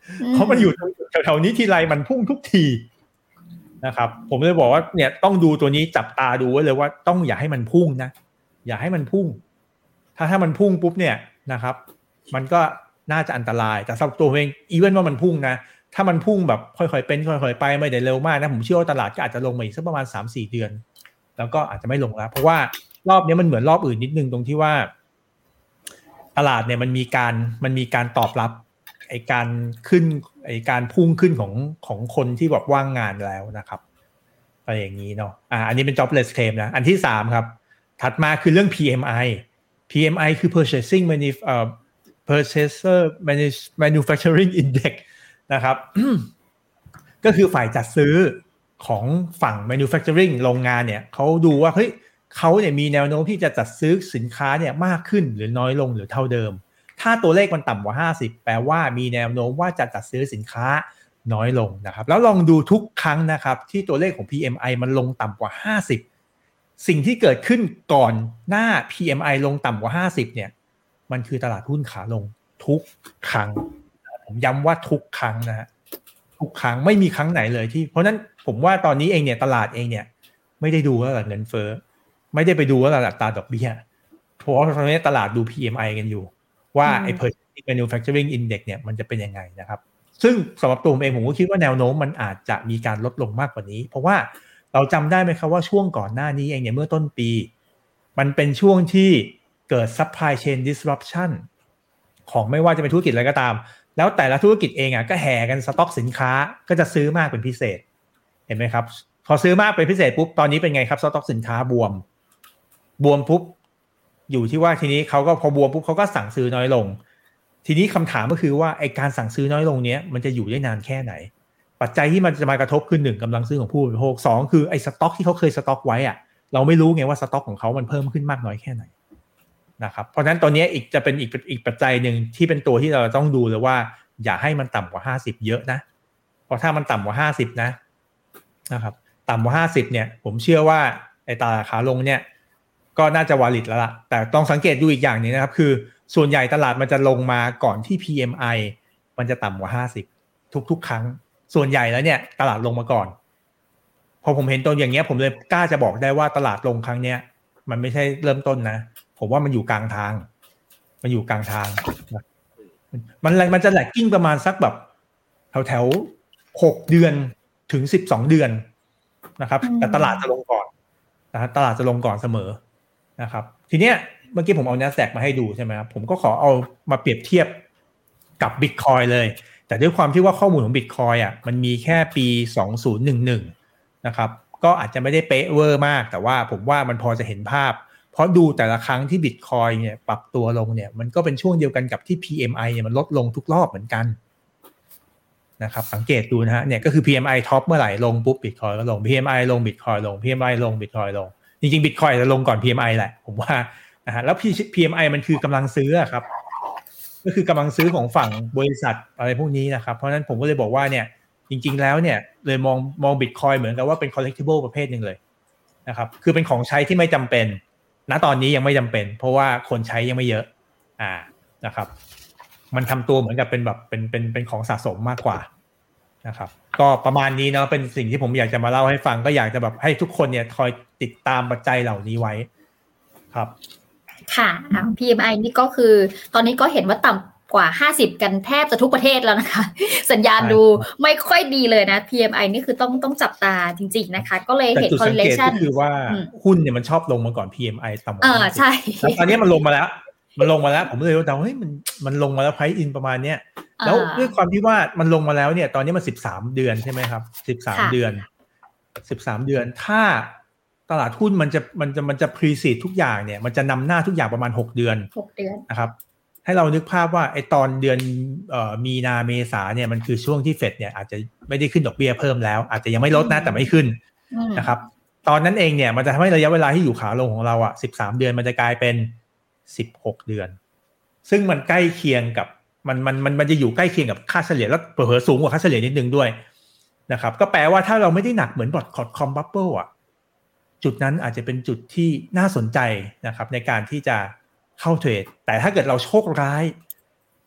เพราะมันอยู่แถวๆนี้ทีไรมันพุ่งทุกทีนะครับผมเลยบอกว่าเนี่ยต้องดูตัวนี้จับตาดูไว้เลยว่าต้องอย่าให้มันพุ่งนะอย่าให้มันพุ่งถ้าถ้ามันพุ่งปุ๊บเนี่ยนะครับมันก็น่าจะอันตรายแต่สำหรับตัวเองอีเวนต์ว่ามันพุ่งนะถ้ามันพุ่งแบบค่อยๆเป็นค่อยๆไปไม่ได้เร็วมากนะผมเชื่อว่าตลาดก็อาจจะลงมาอีกสักประมาณ สามถึงสี่ เดือนแล้วก็อาจจะไม่ลงแล้วเพราะว่ารอบนี้มันเหมือนรอบอื่นนิดนึงตรงที่ว่าตลาดเนี่ยมันมีการมันมีการตอบรับไอ้การขึ้นไอ้การพุ่งขึ้นของของคนที่แบบว่างงานแล้วนะครับอะไรอย่างนี้เนาะอ่าอันนี้เป็น jobless claim นะอันที่สามครับถัดมาคือเรื่อง พี เอ็ม ไอ พี เอ็ม ไอ คือ purchasing manuf เอ่อ purchaser manufacturing index นะครับ ก็คือฝ่ายจัดซื้อของฝั่ง manufacturing โรงงานเนี่ยเขาดูว่าเฮ้ยเขาเนี่ยมีแนวโน้มที่จะจัดซื้อสินค้าเนี่ยมากขึ้นหรือน้อยลงหรือเท่าเดิมถ้าตัวเลขมันต่ำกว่าห้าสิบแปลว่ามีแนวโน้มว่าจะจัดซื้อสินค้าน้อยลงนะครับแล้วลองดูทุกครั้งนะครับที่ตัวเลขของ พี เอ็ม ไอ มันลงต่ำกว่าห้าสิบสิ่งที่เกิดขึ้นก่อนหน้า พี เอ็ม ไอ ลงต่ำกว่าห้าสิบเนี่ยมันคือตลาดหุ้นขาลงทุกครั้งผมย้ำว่าทุกครั้งนะฮะทุกครั้งไม่มีครั้งไหนเลยที่เพราะนั้นผมว่าตอนนี้เองเนี่ยตลาดเองเนี่ยไม่ได้ดูว่าเงินเฟ้อไม่ได้ไปดูว่าอัตราดอกเบี้ยเพราะว่าตอนนี้ตลาดดู พี เอ็ม ไอ กันอยู่ว่าไอ้ purchasing manufacturing index เนี่ยมันจะเป็นยังไงนะครับซึ่งสำหรับตัวผมเองผมก็คิดว่าแนวโน้มมันอาจจะมีการลดลงมากกว่านี้เพราะว่าเราจำได้ไหมครับว่าช่วงก่อนหน้านี้เองเนี่ยเมื่อต้นปีมันเป็นช่วงที่เกิด supply chain disruption ของไม่ว่าจะเป็นธุรกิจอะไรก็ตามแล้วแต่ละธุรกิจเองอ่ะก็แห่กันสต็อกสินค้าก็จะซื้อมากเป็นพิเศษเห็นไหมครับพอซื้อมากเป็นพิเศษปุ๊บตอนนี้เป็นไงครับสต็อกสินค้าบวมบวมปุ๊บอยู่ที่ว่าทีนี้เขาก็พอบวมปุ๊บเขาก็สั่งซื้อน้อยลงทีนี้คำถามก็คือว่าไอ้การสั่งซื้อน้อยลงเนี้ยมันจะอยู่ได้นานแค่ไหนปัจจัยที่มันจะมากระทบคือหนึ่งกำลังซื้อของผู้บริโภคสองคือไอ้สต็อกที่เขาเคยสต็อกไว้อ่ะเราไม่รู้ไงว่าสต็อกของเขามันเพิ่มขึ้นมากน้อยแค่ไหนนะครับเพราะฉะนั้นตอนนี้อีกจะเป็นอีกอีกปัจจัยหนึ่งที่เป็นตัวที่เราต้องดูเลยว่าอย่าให้มันต่ำกว่าห้าสิบเยอะนะเพราะถ้ามันต่ำกว่าห้าสิบนะนะครับต่ำกว่าห้าสิบเนี่ยผมเชื่อว่าไอ้ตลาดขาลงเนี่ยก็น่าจะวาลิดแล้วล่ะแต่ต้องสังเกตดูอีกอย่างนึงนะครับคือส่วนใหญ่ตลาดมันจะลงมาก่อนที่ พี เอ็ม ไอ มันจะต่ำกว่าห้าสิบทุกๆครั้งส่วนใหญ่แล้วเนี่ยตลาดลงมาก่อนพอผมเห็นตัวอย่างเงี้ยผมเลยกล้าจะบอกได้ว่าตลาดลงครั้งเนี้ยมันไม่ใช่เริ่มต้นนะผมว่ามันอยู่กลางทางมันอยู่กลางทางมันมันจะแลกกิ้งประมาณสักแบบแถวๆหกเดือนถึงสิบสองเดือนนะครับแต่ตลาดจะลงก่อนนะตลาดจะลงก่อนเสมอนะครับทีเนี้ยเมื่อกี้ผมเอา Nasdaq มาให้ดูใช่ไหมครับผมก็ขอเอามาเปรียบเทียบกับ Bitcoin เลยแต่ด้วยความที่ว่าข้อมูลของ Bitcoin อ่ะมันมีแค่ปีสองพันสิบเอ็ดนะครับก็อาจจะไม่ได้เป๊ะเวอร์มากแต่ว่าผมว่ามันพอจะเห็นภาพเพราะดูแต่ละครั้งที่ Bitcoin เนี่ยปรับตัวลงเนี่ยมันก็เป็นช่วงเดียวกันกับที่ พี เอ็ม ไอ เนี่ยมันลดลงทุกรอบเหมือนกันนะครับสังเกตดูนะฮะเนี่ยก็คือ พี เอ็ม ไอ ท็อปเมื่อไหร่ลงปุ๊บ Bitcoin ก็ลง พี เอ็ม ไอ ลง Bitcoin ลง พี เอ็ม ไอ ลง Bitcoin ลงจริงๆ Bitcoin จะลงก่อน พี เอ็ม ไอ แหละผมว่านะฮะแล้ว พี เอ็ม ไอ มันคือกำลังซื้อครับก็คือกำลังซื้อของฝั่งบริษัทอะไรพวกนี้นะครับเพราะฉะนั้นผมก็เลยบอกว่าเนี่ยจริงๆแล้วเนี่ยเลยมองมอง Bitcoin เหมือนกับว่าเป็น collectible ประเภทนึงเลยนะครับคือเป็นของใช้ที่ไม่จำเป็นณตอนนี้ยังไม่จำเป็นเพราะว่าคนใช้ยังไม่เยอะอ่านะครับมันทำตัวเหมือนกับเป็นแบบเป็นเป็นเป็นของสะสมมากกว่านะครับก็ประมาณนี้เนาะเป็นสิ่งที่ผมอยากจะมาเล่าให้ฟังก็อยากจะแบบให้ทุกคนเนี่ยคอยติดตามปัจจัยเหล่านี้ไว้ครับค่ะ พี เอ็ม ไอ นี่ก็คือตอนนี้ก็เห็นว่าต่ำกว่าห้าสิบกันแทบจะทุกประเทศแล้วนะคะสัญญาณดูไม่ค่อยดีเลยนะ พี เอ็ม ไอ นี่คือต้องต้องจับตาจริงๆนะคะก็เลยเห็น correlation ก็คือว่าหุ้นเนี่ยมันชอบลงมาก่อน พี เอ็ม ไอ ต่ำกว่าเออใช่แล้วตอนนี้มันลงมาแล้วมันลงมาแล้วผมเลยว่าเฮ้ยมันมันลงมาแล้ว price in ประมาณเนี้ยแล้วด้วยความที่ว่ามันลงมาแล้วเนี่ยตอนนี้มันสิบสามเดือนใช่ไหมครับสิบสามเดือนสิบสามเดือนถ้าตลาดหุ้นมันจะมันจะมันจะ precede ทุกอย่างเนี่ยมันจะนำหน้าทุกอย่างประมาณหกเดือนหกเดือนนะครับให้เรานึกภาพว่าไอ้ตอนเดือนเอ่อมีนาเมษาเนี่ยมันคือช่วงที่เฟดเนี่ยอาจจะไม่ได้ขึ้นดอกเบี้ยเพิ่มแล้วอาจจะยังไม่ลดนะแต่ไม่ขึ้นนะครับตอนนั้นเองเนี่ยมันจะทำให้ระยะเวลาที่อยู่ขาลงของเราอ่ะสิบสามเดือนมันจะกลายเป็นสิบหกเดือนซึ่งมันใกล้เคียงกับมันมันมันมันจะอยู่ใกล้เคียงกับค่าเฉลี่ยแล้วเผลอๆสูงกว่าค่าเฉลี่ยนิดนึงด้วยนะครับก็แปลว่าถ้าเราไม่ได้หนักเหมือนบอทคอร์ดคอมบับเบิลอ่ะจุดนั้นอาจจะเป็นจุดที่น่าสนใจนะครับในการที่จะเข้าเทรดแต่ถ้าเกิดเราโชคร้าย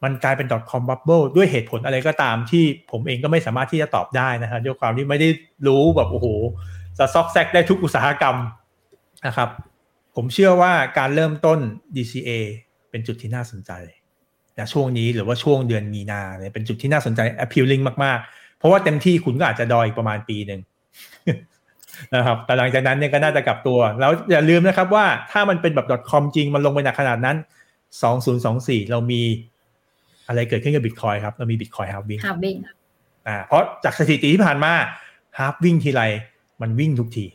มันกลายเป็น .com bubble ด้วยเหตุผลอะไรก็ตามที่ผมเองก็ไม่สามารถที่จะตอบได้นะฮะด้วยความที่ไม่ได้รู้แบบโอ้โหจะซอกแซกได้ทุกอุตสาหกรรมนะครับผมเชื่อว่าการเริ่มต้น ดี ซี เอ เป็นจุดที่น่าสนใจนะช่วงนี้หรือว่าช่วงเดือนมีนาเนี่ยเป็นจุดที่น่าสนใจ appealing มากๆเพราะว่าเต็มที่คุณก็อาจจะดอยอีกประมาณปีนึง นะครับแต่หลังจากนั้นเนี่ยก็น่าจะกลับตัวแล้วอย่าลืมนะครับว่าถ้ามันเป็นแบบ .com จริงมันลงไปหนักขนาดนั้นสองพันยี่สิบสี่เรามีอะไรเกิดขึ้นกับ Bitcoin ครับเรามี Bitcoin halving halving อ่าเพราะจากสถิติที่ผ่านมา halving ทีไรมันวิ่งทุกที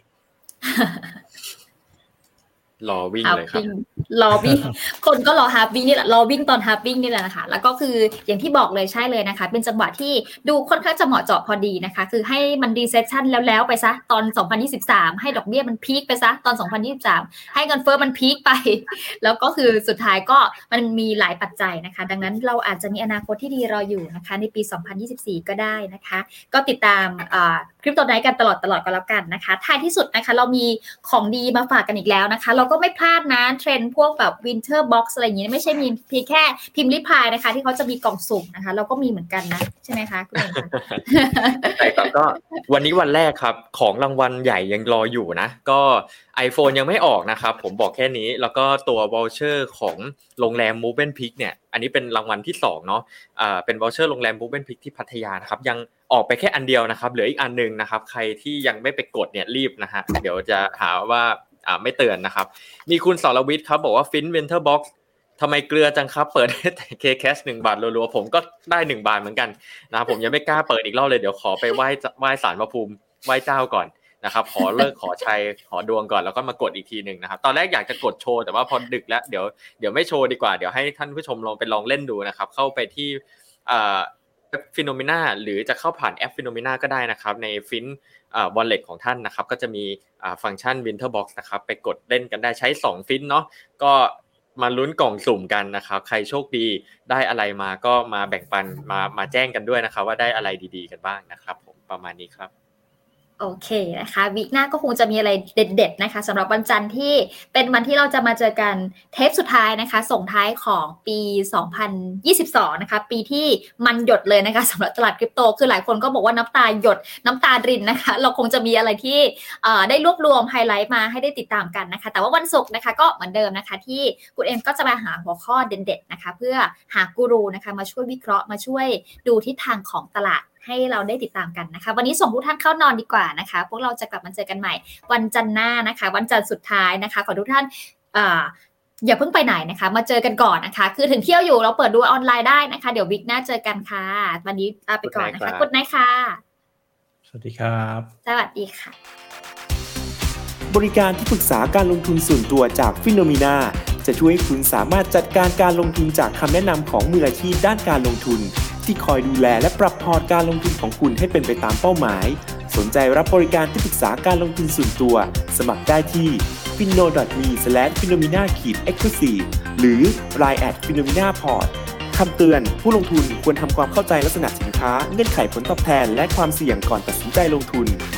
รอวิ่งเลยครับรอวิ่งคนก็รอฮาร์ฟวิ่งนี่แหละรอวิ่งตอนฮาร์ฟวิ่งนี่แหละนะคะแล้วก็คืออย่างที่บอกเลยใช่เลยนะคะเป็นจังหวะที่ดูค่อนข้างจะเหมาะเจาะพอดีนะคะคือให้มันรีเซสชั่นแล้วๆไปซะตอนสองพันยี่สิบสามให้ดอกเบี้ยมันพีคไปซะตอนสองพันยี่สิบสามให้เงินเฟ้อมันพีคไปแล้วก็คือสุดท้ายก็มันมีหลายปัจจัยนะคะดังนั้นเราอาจจะมีอนาคตที่ดีรออยู่นะคะในปีสองพันยี่สิบสี่ก็ได้นะคะก็ติดตามอ่าคริปโตไนท์กันตลอดตลอดก็แล้วกันนะคะท้ายที่สุดนะคะเรามีของดีมาฝากกันอีกแล้วนะคะเราก็ไม่พลาดนะเทรนด์พวกแบบ Winter Box อะไรอย่างงี้ไม่ใช่มีเพียงแค่พิมพ์ริพายนะคะที่เขาจะมีกล่องสุ่มนะคะเราก็มีเหมือนกันนะใช่ไหมคะคุณเองคะใช่ครับก็วันนี้วันแรกครับของรางวัลใหญ่ยังรออยู่นะก็ iPhone ยังไม่ออกนะครับผมบอกแค่นี้แล้วก็ตัว voucher ของโรงแรม Movenpick เนี่ยอันนี้เป็นรางวัลที่สองเนาะอ่าเป็น voucher โรงแรม Movenpick ที่พัทยานะครับยังออกไปแค่อันเดียวนะครับเหลืออีกอันนึงนะครับใครที่ยังไม่ไปกดเนี่ยรีบนะฮะเดี๋ยวจะหาว่าอ่าไม่เตือนนะครับมีคุณสรวิทย์ครับบอกว่า Fin Winter Box ทำไมเกลือจังครับเปิดแต่ K-Cash หนึ่งบาทรัวๆผมก็ได้หนึ่งบาทเหมือนกันนะครับผมยังไม่กล้าเปิดอีกรอบเลยเดี๋ยวขอไปไหว้ไหว้ศาลพระภูมิไหว้เจ้าก่อนนะครับขอเลิกขอชัยขอดวงก่อนแล้วก็มากดอีกทีนึงนะครับตอนแรกอยากจะกดโชว์แต่ว่าพอดึกแล้วเดี๋ยวเดี๋ยวไม่โชว์ดีกว่าเดี๋ยวให้ท่านผู้ชมลองไปลองเล่นดูนะครับเข้าไปที่อ่าPhenomena หรือจะเข้าผ่านแอป Phenomena ก็ได้นะครับใน Fin อ่า wallet ของท่านนะครับก็จะมีอ่าฟังก์ชัน Winter Box นะครับไปกดเล่นกันได้ใช้สอง Fin เนาะก็มาลุ้นกล่องสุ่มกันนะครับใครโชคดีได้อะไรมาก็มาแบ่งปันมามาแจ้งกันด้วยนะครับว่าได้อะไรดีๆกันบ้างนะครับผมประมาณนี้ครับโอเคนะคะวีคหน้าก็คงจะมีอะไรเด็ดๆนะคะสำหรับวันจันทร์ที่เป็นวันที่เราจะมาเจอกันเทปสุดท้ายนะคะส่งท้ายของปีสองพันยี่สิบสองนะคะปีที่มันหยดเลยนะคะสำหรับตลาดคริปโตคือหลายคนก็บอกว่าน้ำตาหยดน้ำตารินนะคะเราคงจะมีอะไรที่ได้รวบรวมไฮไลท์มาให้ได้ติดตามกันนะคะแต่ว่าวันศุกร์นะคะก็เหมือนเดิมนะคะที่คุณเอ็มก็จะมาหาหัวข้อเด่นๆนะคะเพื่อหากูรูนะคะมาช่วยวิเคราะห์มาช่วยดูทิศทางของตลาดให้เราได้ติดตามกันนะคะวันนี้ส่งทุกท่านเข้านอนดีกว่านะคะพวกเราจะกลับมาเจอกันใหม่วันจันทร์หน้านะคะวันจันทร์สุดท้ายนะคะขอทุกท่านอ่าอย่าเพิ่งไปไหนนะคะมาเจอกันก่อนนะคะคือถึงเที่ยวอยู่เราเปิดดูออนไลน์ได้นะคะเดี๋ยววิกหน้าเจอกันค่ะวันนี้ลาไปก่อนนะคะกุ๊ดไนท์ค่ะสวัสดีครับสวัสดีค่ะบริการที่ปรึกษาการลงทุนส่วนตัวจาก Phenomena จะช่วยให้คุณสามารถจัดการการลงทุนจากคำแนะนำของมืออาชีพด้านการลงทุนที่คอยดูแลและปรับพอร์ตการลงทุนของคุณให้เป็นไปตามเป้าหมายสนใจรับบริการที่ปรึกษาการลงทุนส่วนตัวสมัครได้ที่ ฟินโน ดอท มี สแลช ฟีโนมีนา เอ็กซ์คลูซีฟ หรือ ไลน์ แอท ฟีโนมีนาพอร์ต คำเตือนผู้ลงทุนควรทำความเข้าใจลักษณะสินค้าเงื่อนไขผลตอบแทนและความเสี่ยงก่อนตัดสินใจลงทุน